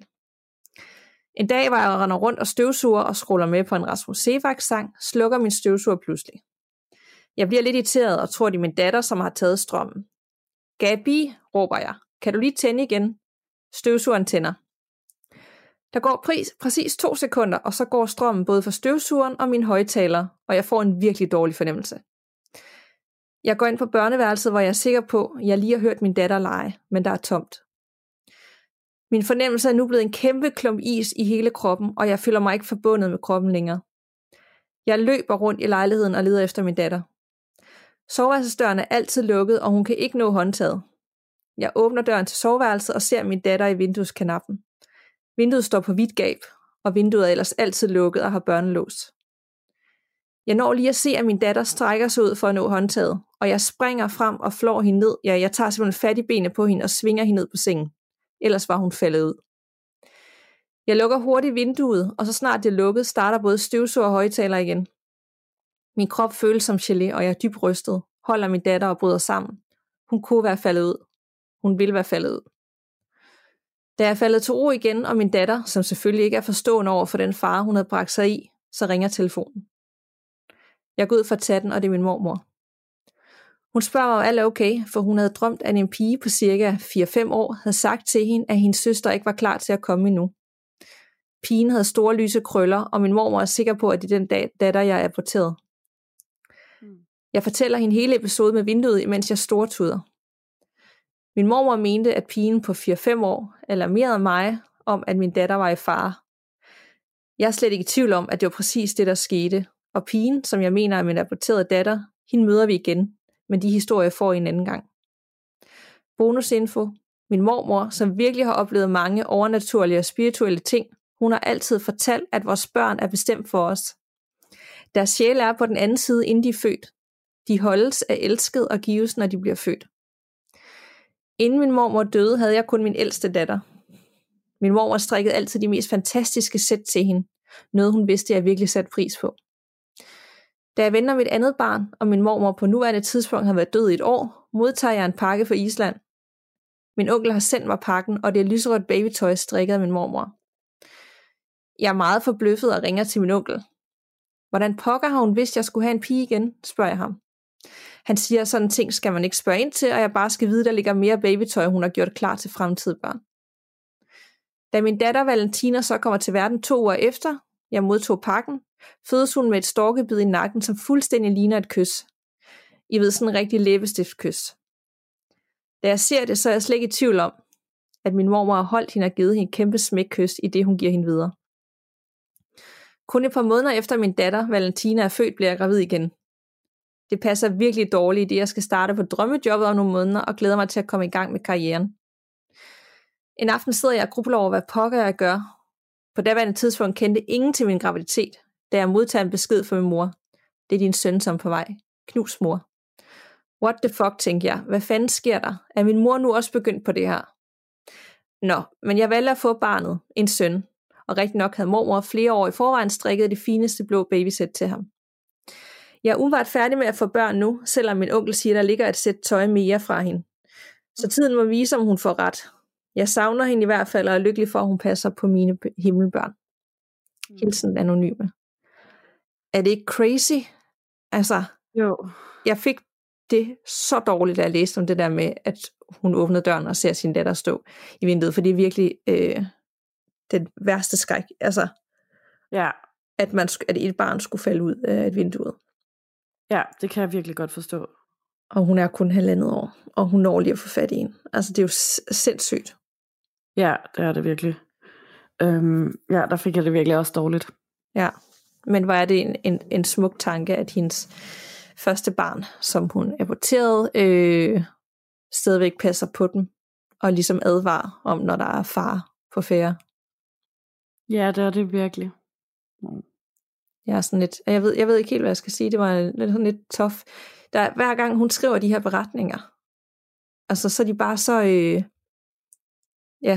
En dag, hvor jeg render rundt og støvsuger og scroller med på en Rasmus Seebach-sang, slukker min støvsuger pludselig. Jeg bliver lidt irriteret og tror, det er min datter, som har taget strømmen. Gabi, råber jeg. Kan du lige tænde igen? Støvsugeren tænder. Der går præ- præcis to sekunder, og så går strømmen både for støvsugeren og min højttaler, og jeg får en virkelig dårlig fornemmelse. Jeg går ind på børneværelset, hvor jeg er sikker på, at jeg lige har hørt min datter lege, men der er tomt. Min fornemmelse er nu blevet en kæmpe klump is i hele kroppen, og jeg føler mig ikke forbundet med kroppen længere. Jeg løber rundt i lejligheden og leder efter min datter. Soveværelsesdøren er altid lukket, og hun kan ikke nå håndtaget. Jeg åbner døren til soveværelset og ser min datter i vindueskanappen. Vinduet står på vidt gab, og vinduet er ellers altid lukket og har børnelås. Jeg når lige at se, at min datter strækker sig ud for at nå håndtaget, og jeg springer frem og flår hende ned. Ja, jeg tager simpelthen fat i benene på hende og svinger hende ned på sengen. Ellers var hun faldet ud. Jeg lukker hurtigt vinduet, og så snart det er lukket, starter både støvsuger og højttaler igen. Min krop føles som gelé, og jeg er dybt rystet. Holder min datter og bryder sammen. Hun kunne være faldet ud. Hun ville være faldet ud. Da jeg er faldet til ro igen, og min datter, som selvfølgelig ikke er forstående over for den fare, hun havde bragt sig i, så ringer telefonen. Jeg går ud fra tatten, og det er min mormor. Hun spørger mig, om alt er okay, for hun havde drømt, at en pige på cirka fire fem år havde sagt til hende, at hendes søster ikke var klar til at komme endnu. Pigen havde store lyse krøller, og min mormor er sikker på, at det er den dag, datter, jeg er aborteret. Jeg fortæller hende hele episoden med vinduet, imens jeg stortuder. Min mormor mente, at pigen på fire fem år alarmerede mig om, at min datter var i fare. Jeg er slet ikke i tvivl om, at det var præcis det, der skete. Og pigen, som jeg mener er min aborterede datter, hende møder vi igen, men de historier får I en anden gang. Bonusinfo. Min mormor, som virkelig har oplevet mange overnaturlige og spirituelle ting, Hun har altid fortalt, at vores børn er bestemt for os. Deres sjæle er på den anden side, inden de er født. De holdes af elsket og gives, når de bliver født. Inden min mormor døde, havde jeg kun min ældste datter. Min mormor strikkede altid de mest fantastiske sæt til hende. Noget hun vidste, jeg virkelig satte pris på. Da jeg venter mit andet barn, og min mormor på nuværende tidspunkt har været død i et år, modtager jeg en pakke fra Island. Min onkel har sendt mig pakken, og det er lyserødt babytøj strikket af min mormor. Jeg er meget forbløffet og ringer til min onkel. Hvordan pokker har hun vidst, jeg skulle have en pige igen, spørger jeg ham. Han siger, at sådan ting skal man ikke spørge ind til, og jeg bare skal vide, der ligger mere babytøj, hun har gjort klar til fremtidige børn. Da min datter Valentina så kommer til verden to uger efter, jeg modtog pakken, fødes hun med et storkebid i nakken, som fuldstændig ligner et kys. I ved, sådan en rigtig læbestiftkys. Da jeg ser det, så er jeg slet ikke i tvivl om, at min mormor har holdt hende og givet hende en kæmpe smækkys i det, hun giver hende videre. Kun et par måneder efter min datter Valentina er født, bliver jeg gravid igen. Det passer virkelig dårligt, i det jeg skal starte på drømmejobbet om nogle måneder og glæder mig til at komme i gang med karrieren. En aften sidder jeg og grubler over, hvad pokker jeg gør. På daværende tidspunkt kendte ingen til min graviditet, da jeg modtager en besked fra min mor. Det er din søn, som er på vej. Knus mor. What the fuck, tænker jeg. Hvad fanden sker der? Er min mor nu også begyndt på det her? Nå, men jeg valgte at få barnet, en søn, og rigtig nok havde mormor flere år i forvejen strikket det fineste blå babysæt til ham. Jeg er umiddelbart færdig med at få børn nu, selvom min onkel siger, der ligger et sæt tøj mere fra hende. Så tiden må vise, om hun får ret. Jeg savner hende i hvert fald, og er lykkelig for, at hun passer på mine himmelbørn. Hilsen anonyme. Er det ikke crazy? Altså, jo. Jeg fik det så dårligt, da jeg læste om det der med, at hun åbnede døren og ser sin datter stå i vinduet, for det er virkelig øh, den værste skræk. Altså, ja. at, man, at et barn skulle falde ud af et vindue. Ja, det kan jeg virkelig godt forstå. Og hun er kun halvandet år, og hun når lige at få fat i en. Altså, det er jo sindssygt. Ja, det er det virkelig. Øhm, ja, der fik jeg det virkelig også dårligt. Ja, men hvor er det en, en, en smuk tanke, at hendes første barn, som hun aborterede, øh, stadigvæk passer på dem, og ligesom advarer om, når der er far på færde. Ja, det er det virkelig. Mm. Jeg er sådan lidt, jeg ved, jeg ved ikke helt, hvad jeg skal sige. Det var lidt, sådan lidt tough. Der, hver gang hun skriver de her beretninger, altså så er de bare så, øh, ja,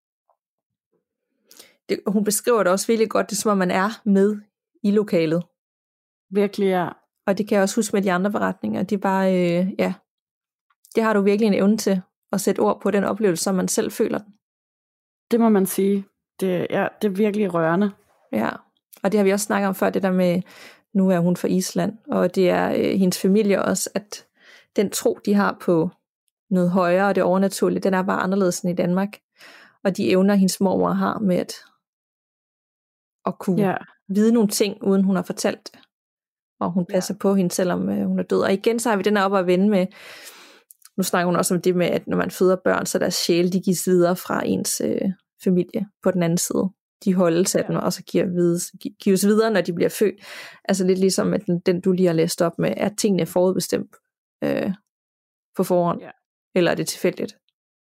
det, hun beskriver det også virkelig godt, det er som om man er med i lokalet. Virkelig, ja. Og det kan jeg også huske med de andre beretninger. Det er bare, øh, ja, det har du virkelig en evne til at sætte ord på den oplevelse, som man selv føler den. Det må man sige. Det, ja, det er virkelig rørende. Ja, og det har vi også snakket om før, det der med, nu er hun fra Island, og det er øh, hendes familie også, at den tro, de har på noget højere, og det overnaturlige, den er bare anderledes end i Danmark. Og de evner, hendes mormor har med at, at kunne ja. vide nogle ting, uden hun har fortalt det. Og hun passer ja. på hende, selvom øh, hun er død. Og igen, så har vi den her op at vende med, nu snakker hun også om det med, at når man føder børn, så deres sjæle, de gives videre fra ens øh, familie på den anden side. De holdes af ja. den, og så giver vides, gives videre, når de bliver født. Altså lidt ligesom at den, den, du lige har læst op med, at tingene er forudbestemt øh, på forhånd. Ja. Eller er det tilfældigt?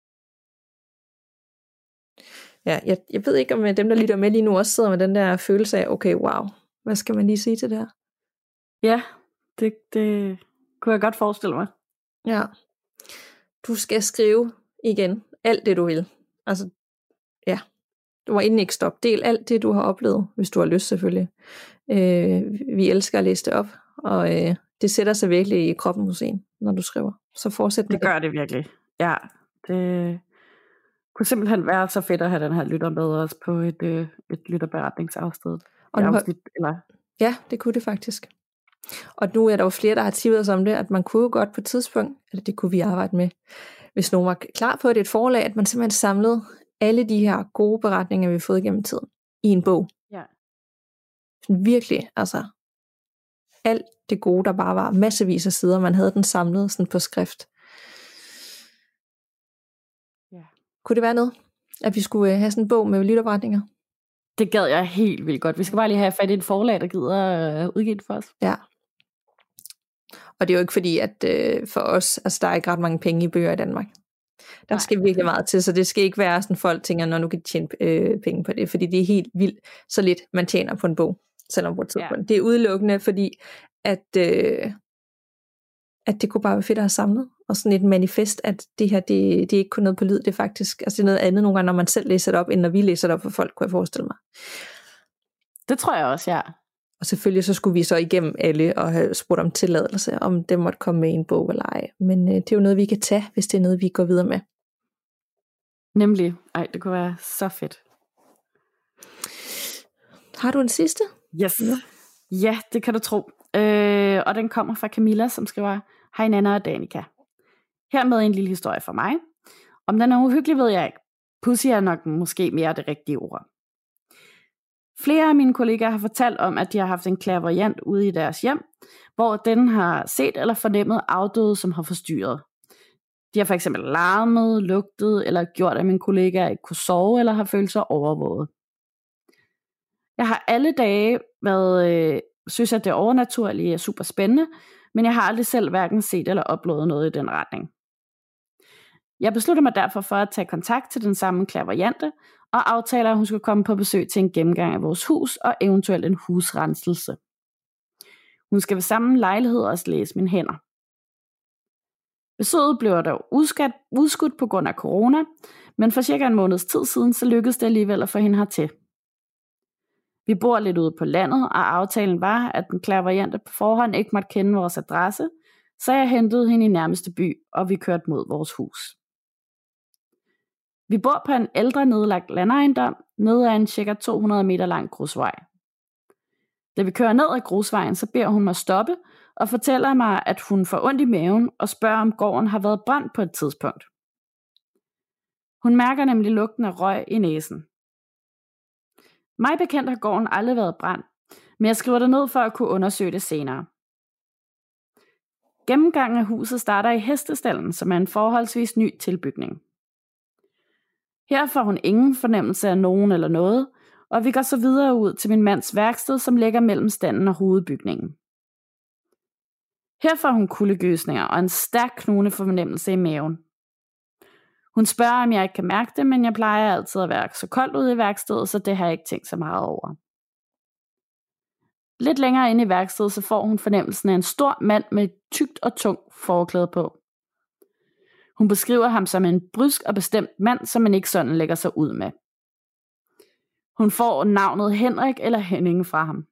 Ja, jeg, jeg ved ikke, om dem, der lytter med lige nu, også sidder med den der følelse af, okay, wow, hvad skal man lige sige til det her? Ja, det, det kunne jeg godt forestille mig. Ja. Du skal skrive igen alt det, du vil. Altså, ja. Du må inden ikke stoppe. Del alt det, du har oplevet, hvis du har lyst selvfølgelig. Øh, vi elsker at læse det op, og øh, det sætter sig virkelig i kroppen hos en, når du skriver. Så fortsæt med det. Det gør det virkelig. Ja, det kunne simpelthen være så fedt at have den her lytter med os på et, øh, et lytterberetningsafsted. Og nu har... eller... Ja, det kunne det faktisk. Og nu er der jo flere, der har tippet os om det, at man kunne jo godt på et tidspunkt, eller det kunne vi arbejde med, hvis nogen var klar på det, et forlag, at man simpelthen samlede alle de her gode beretninger, vi har fået gennem tiden, i en bog. Ja. Virkelig, altså, alt det gode, der bare var massevis af sider, man havde den samlet sådan på skrift. Ja. Kunne det være noget, at vi skulle have sådan en bog med lytterberetninger? Det gad jeg helt vildt godt. Vi skal bare lige have fat i et forlag, der gider udgive det for os. Ja. Og det er jo ikke fordi, at øh, for os, altså der er ikke ret mange penge i bøger i Danmark. Der skal virkelig meget til, så det skal ikke være sådan, folk tænker, når nu kan de tjene øh, penge på det, fordi det er helt vildt, så lidt man tjener på en bog, selvom på tid på den. Det er udelukkende, fordi at, øh, at det kunne bare være fedt at have samlet, og sådan et manifest, at det her, det, det er ikke kun noget på lyd, det er faktisk, altså det er noget andet nogle gange, når man selv læser det op, end når vi læser det op for folk, kunne jeg forestille mig. Det tror jeg også, ja. Og selvfølgelig så skulle vi så igennem alle og have spurgt om tilladelse, om det måtte komme med i en bog eller ej. Men øh, det er jo noget, vi kan tage, hvis det er noget, vi går videre med. Nemlig. Ej, det kunne være så fedt. Har du en sidste? Yes. Ja, ja det kan du tro. Øh, og den kommer fra Camilla, som skriver, hej Nanna og Danika. Hermed en lille historie fra mig. Om den er uhyggelig, ved jeg ikke. Pussy er nok måske mere det rigtige ord. Flere af mine kollegaer har fortalt om, at de har haft en clairvoyant ude i deres hjem, hvor den har set eller fornemmet afdøde, som har forstyrret. De har for eksempel larmet, lugtet eller gjort, at mine kollegaer ikke kunne sove eller har følt sig overvåget. Jeg har alle dage været, øh, synes, at det overnaturlige er super spændende, men jeg har aldrig selv hverken set eller oplevet noget i den retning. Jeg beslutter mig derfor for at tage kontakt til den samme clairvoyante, og aftaler, at hun skal komme på besøg til en gennemgang af vores hus og eventuelt en husrenselse. Hun skal ved samme lejlighed også læse mine hænder. Besøget blev dog udskudt, udskudt på grund af corona, men for cirka en måneds tid siden, så lykkedes det alligevel at få hende hertil. Vi bor lidt ude på landet, og aftalen var, at den clairvoyante på forhånd ikke måtte kende vores adresse, så jeg hentede hende i nærmeste by, og vi kørte mod vores hus. Vi bor på en ældre nedlagt landejendom, nede af en cirka to hundrede meter lang grusvej. Da vi kører ned ad grusvejen, så beder hun mig stoppe, og fortæller mig, at hun får ondt i maven, og spørger, om gården har været brændt på et tidspunkt. Hun mærker nemlig lugten af røg i næsen. Mig bekendt har gården aldrig været brændt, men jeg skriver det ned for at kunne undersøge det senere. Gennemgangen af huset starter i hestestallen, som er en forholdsvis ny tilbygning. Her får hun ingen fornemmelse af nogen eller noget, og vi går så videre ud til min mands værksted, som ligger mellem standen og hovedbygningen. Her får hun kuldegysninger og en stærk knugende fornemmelse i maven. Hun spørger, om jeg ikke kan mærke det, men jeg plejer altid at være så koldt ude i værkstedet, så det har jeg ikke tænkt så meget over. Lidt længere inde i værkstedet, så får hun fornemmelsen af en stor mand med et tykt og tungt forklæde på. Hun beskriver ham som en brysk og bestemt mand, som man ikke sådan lægger sig ud med. Hun får navnet Henrik eller Henning fra ham.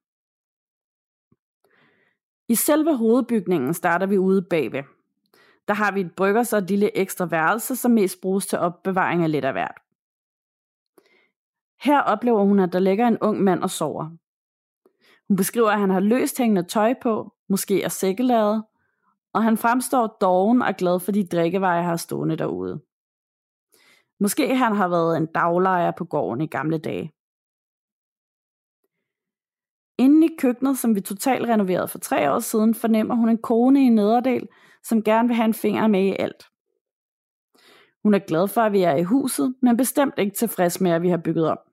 I selve hovedbygningen starter vi ude bagved. Der har vi et bryggers og et lille ekstra værelse, som mest bruges til opbevaring af lidt af hvert. Her oplever hun, at der ligger en ung mand og sover. Hun beskriver, at han har løst hængende tøj på, måske er sækkeladet, og han fremstår doven og glad for de drikkevarer, jeg har stående derude. Måske han har været en daglejer på gården i gamle dage. Inde i køkkenet, som vi totalt renoverede for tre år siden, fornemmer hun en kone i nederdel, som gerne vil have en finger med i alt. Hun er glad for, at vi er i huset, men bestemt ikke tilfreds med, at vi har bygget om.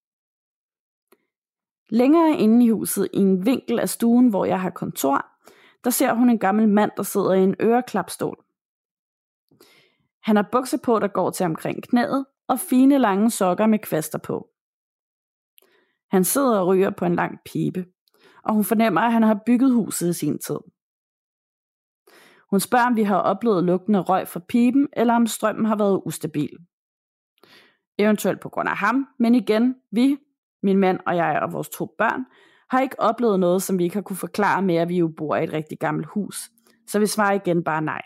Længere inde i huset, i en vinkel af stuen, hvor jeg har kontor, der ser hun en gammel mand, der sidder i en øreklapstol. Han har bukser på, der går til omkring knæet, og fine lange sokker med kvaster på. Han sidder og ryger på en lang pibe, og hun fornemmer, at han har bygget huset i sin tid. Hun spørger, om vi har oplevet lugten af røg fra piben, eller om strømmen har været ustabil. Eventuelt på grund af ham, men igen, vi, min mand og jeg og vores to børn, har ikke oplevet noget, som vi ikke har kunne forklare med, at vi jo bor i et rigtig gammelt hus. Så vi svarer igen bare nej.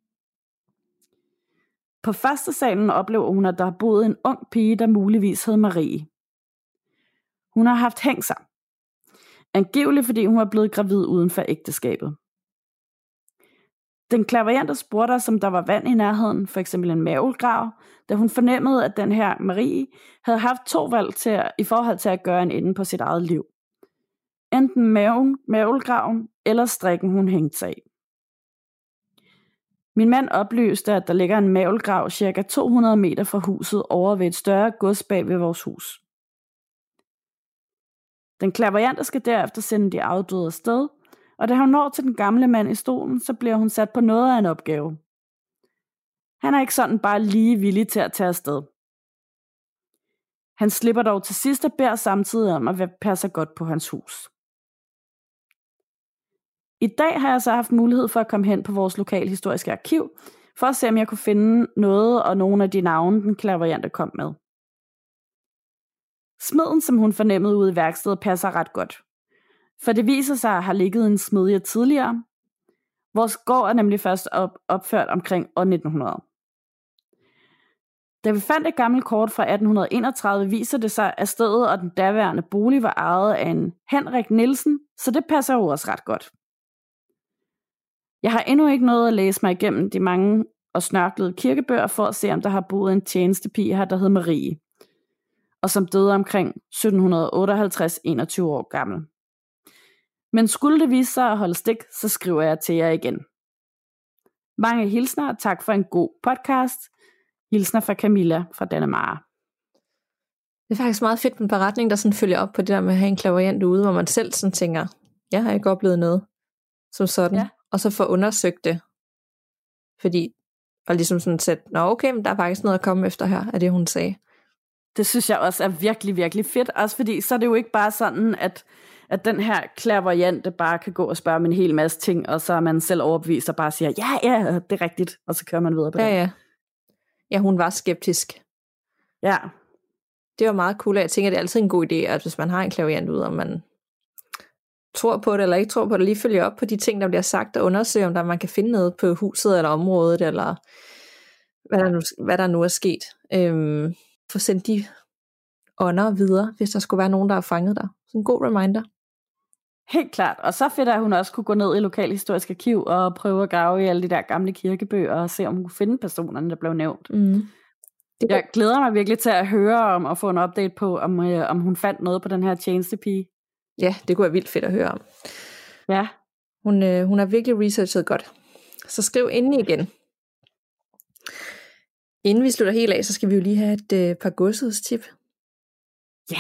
På første salen oplever hun, at der har boet en ung pige, der muligvis hed Marie. Hun har haft hængt sig. Angiveligt fordi hun var blevet gravid uden for ægteskabet. Den clairvoyante spurgte os, om der var vand i nærheden, for eksempel en mavlegrav, da hun fornemmede, at den her Marie havde haft to valg til at, i forhold til at gøre en ende på sit eget liv. Enten maven, mavlegraven eller strikken, hun hængte sig i. Min mand oplyste, at der ligger en mavlegrav cirka to hundrede meter fra huset over ved et større gods bag ved vores hus. Den clairvoyante skal derefter sende de afdøde afsted, og da hun når til den gamle mand i stolen, så bliver hun sat på noget af en opgave. Han er ikke sådan bare lige villig til at tage afsted. Han slipper dog til sidst og beder samtidig om at passe godt på hans hus. I dag har jeg så haft mulighed for at komme hen på vores lokalhistoriske arkiv, for at se, om jeg kunne finde noget og nogle af de navne, den clairvoyante kom med. Smeden, som hun fornemmede ude i værkstedet, passer ret godt. For det viser sig at have ligget en smedje tidligere. Vores gård er nemlig først op, opført omkring år nitten hundrede. Da vi fandt et gammelt kort fra atten enogtredive, viser det sig, at stedet og den daværende bolig var ejet af en Henrik Nielsen, så det passer jo også ret godt. Jeg har endnu ikke nået at læse mig igennem de mange og snørklede kirkebøger for at se, om der har boet en tjenestepige her, der hed Marie, og som døde omkring sytten otteoghalvtreds, enogtyve år gammel. Men skulle det vise sig at holde stik, så skriver jeg til jer igen. Mange hilsner, og tak for en god podcast. Hilsner fra Camilla fra Dannemare. Det er faktisk meget fedt med en beretning, der sådan følger op på det der med at have en clairvoyant ude, hvor man selv sådan tænker, jeg har ikke oplevet noget som sådan, ja. Og så få undersøgt det. Fordi, og ligesom sådan set, nå okay, men der er faktisk noget at komme efter her, af det hun sagde. Det synes jeg også er virkelig, virkelig fedt, også fordi så er det jo ikke bare sådan, at, at den her clairvoyante bare kan gå og spørge om en hel masse ting, og så er man selv overbevist og bare siger, ja, ja, det er rigtigt, og så kører man videre på ja, det. Ja, ja, hun var skeptisk. Ja. Det var meget cool, og jeg tænker, det er altid en god idé, at hvis man har en clairvoyant ude, og man tror på det, eller ikke tror på det, lige følger op på de ting, der bliver sagt, og undersøger, om der man kan finde noget på huset, eller området, eller hvad der nu, hvad der nu er sket. Øhm, få sendt de ånder videre, hvis der skulle være nogen, der har fanget dig. Så en god reminder. Helt klart. Og så fedt, at hun også kunne gå ned i Lokalhistorisk Arkiv og prøve at grave i alle de der gamle kirkebøger og se, om hun kunne finde personerne, der blev nævnt. Mm. Det jeg glæder mig virkelig til at høre om og få en update på, om, øh, om hun fandt noget på den her tjenestepige. Ja, det kunne være vildt fedt at høre om. Ja. Hun, øh, hun har virkelig researchet godt. Så skriv endelig igen. Inden vi slutter helt af, så skal vi jo lige have et øh, par godsudstip. Ja.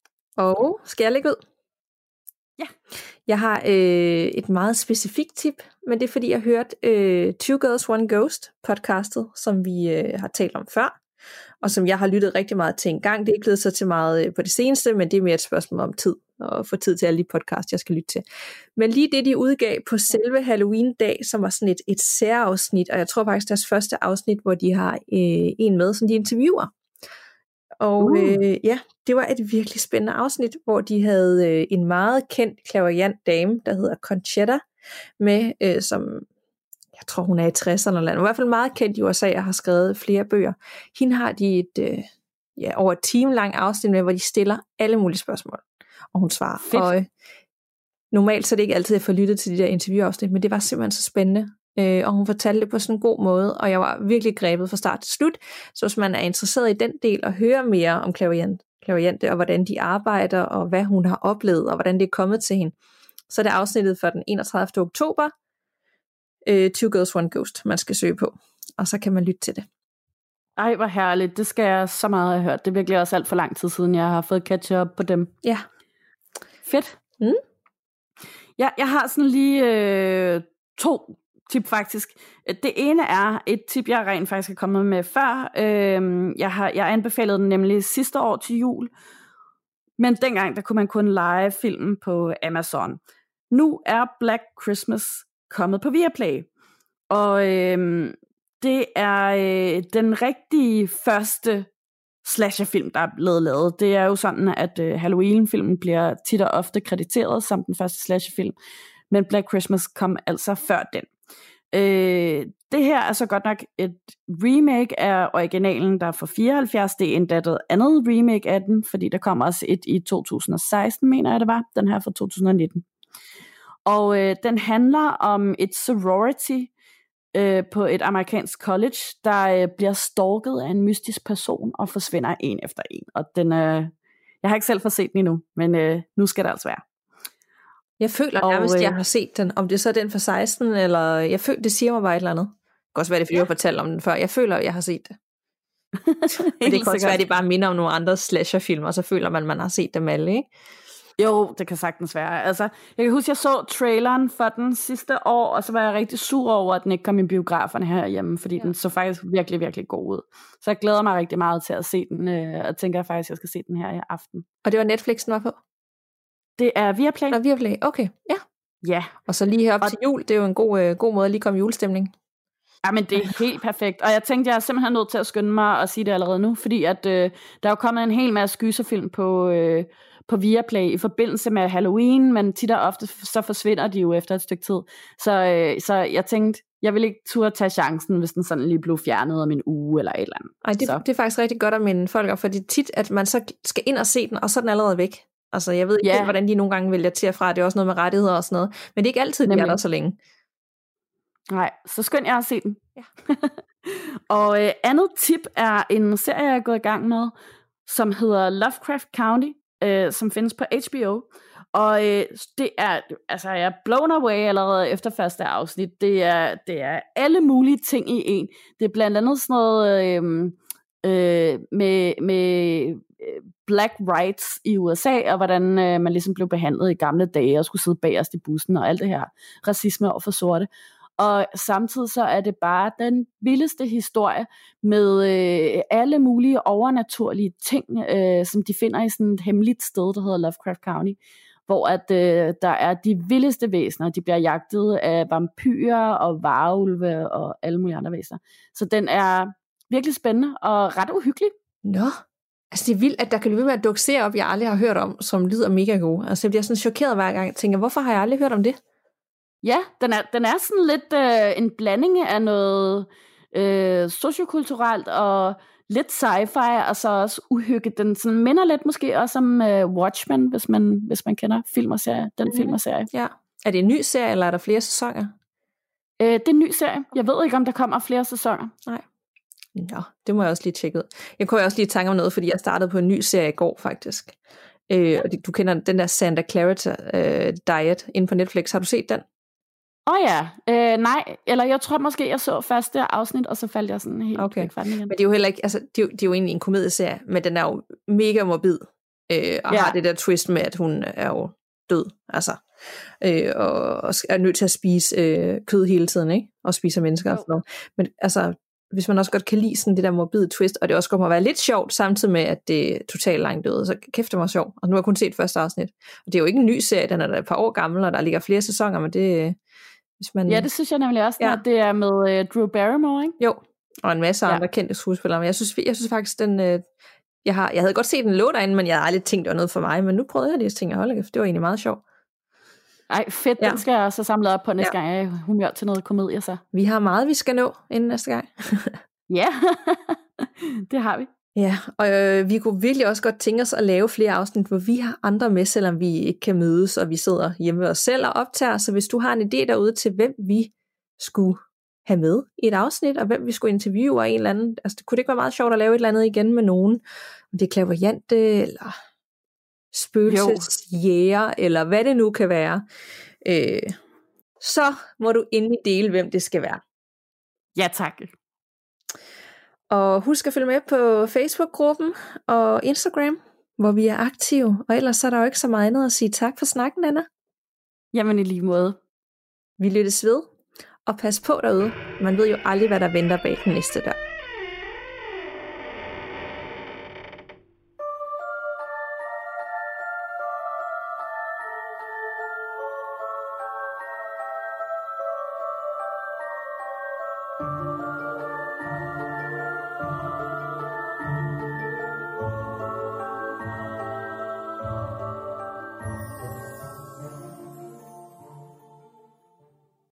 Og skal jeg lægge ud? Ja. Jeg har øh, et meget specifikt tip, men det er fordi, jeg har hørt øh, Two Girls, One Ghost podcastet, som vi øh, har talt om før, og som jeg har lyttet rigtig meget til en gang. Det er ikke blevet så til meget øh, på det seneste, men det er mere et spørgsmål om tid, og få tid til alle de podcasts, jeg skal lytte til. Men lige det, de udgav på selve Halloween-dag, som var sådan et, et særafsnit, og jeg tror faktisk deres første afsnit, hvor de har øh, en med, som de interviewer. Og uh. øh, ja, det var et virkelig spændende afsnit, hvor de havde øh, en meget kendt clairvoyant dame, der hedder Conchetta, med, øh, som jeg tror hun er i tresserne eller andet, i hvert fald meget kendt i U S A og har skrevet flere bøger. Hende har de et øh, ja, over et time lang afsnit med, hvor de stiller alle mulige spørgsmål, og hun svarer. Fedt. Og, øh, normalt så er det ikke altid, at jeg får lyttet til de der interviewafsnit, men det var simpelthen så spændende. Øh, og hun fortalte det på sådan en god måde, og jeg var virkelig grebet fra start til slut. Så hvis man er interesseret i den del og høre mere om clairvoyant, clairvoyante og hvordan de arbejder, og hvad hun har oplevet, og hvordan det er kommet til hende, så er det afsnittet for den enogtredivte oktober, øh, Two Girls, One Ghost, man skal søge på, og så kan man lytte til det. Ej, hvor herligt. Det skal jeg så meget have hørt. Det er virkelig også alt for lang tid siden, jeg har fået catch up på dem. Ja. Fedt. Mm. Ja, jeg har sådan lige øh, to tip faktisk. Det ene er et tip, jeg rent faktisk er kommet med før. Øh, jeg, har, jeg anbefalede den nemlig sidste år til jul, men dengang der kunne man kun lege filmen på Amazon. Nu er Black Christmas kommet på Viaplay, og øh, det er øh, den rigtige første slasherfilm, der er blevet lavet. Det er jo sådan, at øh, Halloween-filmen bliver tit og ofte krediteret som den første slasherfilm, men Black Christmas kom altså før den. Øh, det her er så godt nok et remake af originalen, der er fra fireoghalvfjerds. Det er endda et andet remake af den, fordi der kom også et i to tusind og seksten, mener jeg det var, den her fra to tusind og nitten. Og øh, den handler om et sorority øh, på et amerikansk college, der øh, bliver stalket af en mystisk person og forsvinder en efter en. Og den, øh, jeg har ikke selv fået set den endnu, men øh, nu skal det altså være. Jeg føler nærmest, at jeg har set den. Om det så er den for seksten, eller jeg føler, det siger mig bare et eller andet. Det kan også være, det fordi ja. Jeg har fortalt om den før. Jeg føler, at jeg har set det. Men det kan også være, at det bare minder om nogle andre slasherfilmer, og så føler man, at man har set dem alle, ikke? Jo, det kan sagtens være. Altså, jeg kan huske, jeg så traileren for den sidste år, og så var jeg rigtig sur over, at den ikke kom i biograferne herhjemme, fordi ja. den så faktisk virkelig, virkelig god ud. Så jeg glæder mig rigtig meget til at se den, øh, og tænker faktisk, at jeg skal se den her i aften. Og det var Netflix, den var på? Det er Viaplay. Nå, Viaplay, okay, ja. Ja. Og så lige herop og... til jul, det er jo en god, øh, god måde at lige komme i julestemning. Ja, men det er helt perfekt. Og jeg tænkte, jeg er simpelthen nødt til at skynde mig og sige det allerede nu, fordi at øh, der er jo kommet en hel masse gyserfilm på, øh, på Viaplay i forbindelse med Halloween, men tit og ofte så forsvinder de jo efter et stykke tid. Så, øh, så jeg tænkte, jeg vil ikke turde tage chancen, hvis den sådan lige blev fjernet om en uge eller et eller andet. Ej, det, det er faktisk rigtig godt at minde folk om, for det er tit, at man så skal ind og se den, og så er den allerede væk. Altså, jeg ved ikke, yeah. hvordan de nogle gange vælger til og fra. Det er også noget med rettigheder og sådan noget. Men det er ikke altid, de er der så længe. Nej, så skynd jeg at se den. Ja. Og øh, andet tip er en serie, jeg er gået i gang med, som hedder Lovecraft County, øh, som findes på H B O. Og øh, det er, altså jeg er blown away allerede efter første afsnit. Det er, det er alle mulige ting i en. Det er blandt andet sådan noget øh, øh, med, med black rights i U S A, og hvordan øh, man ligesom blev behandlet i gamle dage, og skulle sidde bagerst i bussen, og alt det her racisme over for sorte. Og samtidig så er det bare den vildeste historie med øh, alle mulige overnaturlige ting, øh, som de finder i sådan et hemmeligt sted, der hedder Lovecraft County, hvor at øh, der er de vildeste væsener, de bliver jagtet af vampyrer og varulve og alle mulige andre væsener. Så den er virkelig spændende og ret uhyggelig. Nå, altså det er vildt, at der kan blive med at dukke serier op, jeg aldrig har hørt om, som lyder mega gode. Altså jeg bliver sådan chokeret hver gang, jeg tænker, hvorfor har jeg aldrig hørt om det? Ja, den er, den er sådan lidt øh, en blanding af noget øh, sociokulturelt og lidt sci-fi, og så også uhygge. Den sådan minder lidt måske også om øh, Watchmen, hvis man, hvis man kender film og serie, den mm. film og serie. Ja. Er det en ny serie, eller er der flere sæsoner? Øh, det er en ny serie. Jeg ved ikke, om der kommer flere sæsoner. Nej. Nå, det må jeg også lige tjekke ud. Jeg kunne også lige tænke om noget, fordi jeg startede på en ny serie i går, faktisk. Øh, og du kender den der Santa Clarita øh, Diet inde på Netflix. Har du set den? Åh oh ja, øh, nej, eller jeg tror måske, jeg så første afsnit, og så faldt jeg sådan helt okay. væk fra den igen. Men det er jo heller ikke, altså, det er jo, det er jo egentlig en komedieserie, men den er jo mega morbid, øh, og ja. har det der twist med, at hun er jo død, altså, øh, og, og er nødt til at spise øh, kød hele tiden, ikke? Og spiser mennesker og sådan noget. Men altså, hvis man også godt kan lide sådan det der morbide twist, og det også godt må være lidt sjovt, samtidig med, at det er totalt langt døde, så kæft det var sjovt. Og nu har jeg kun set første afsnit. Og det er jo ikke en ny serie, den er da et par år gammel, og der ligger flere sæsoner, men det... Hvis man... Ja, det synes jeg nemlig også, ja. At det er med uh, Drew Barrymore, ikke? Jo, og en masse ja. andre kendte skuespillere, men jeg synes, jeg synes faktisk, den... Uh, jeg, har, jeg havde godt set den lå derinde, men jeg havde aldrig tænkt, det var noget for mig, men nu prøvede jeg det, og tænkte, hold det var egentlig meget sjovt. Ej, fedt, ja. Den skal jeg også samle op på næste ja. gang, jeg er humør til noget komedie, så. Vi har meget, vi skal nå inden næste gang. Ja, det har vi. Ja, og øh, vi kunne virkelig også godt tænke os at lave flere afsnit, hvor vi har andre med, selvom vi ikke kan mødes, og vi sidder hjemme ved os selv og optager. Så hvis du har en idé derude til, hvem vi skulle have med i et afsnit, og hvem vi skulle interviewe og en eller anden, altså det kunne det ikke være meget sjovt at lave et eller andet igen med nogen, om det er klaverjante, eller spøgelsesjæger, eller hvad det nu kan være, øh, så må du endelig dele, hvem det skal være. Ja, tak. Og husk at følge med på Facebook-gruppen og Instagram, hvor vi er aktive. Og ellers er der jo ikke så meget andet at sige tak for snakken, Anna. Jamen i lige måde. Vi lyttes ved, og pas på derude. Man ved jo aldrig, hvad der venter bag den næste dør. thank you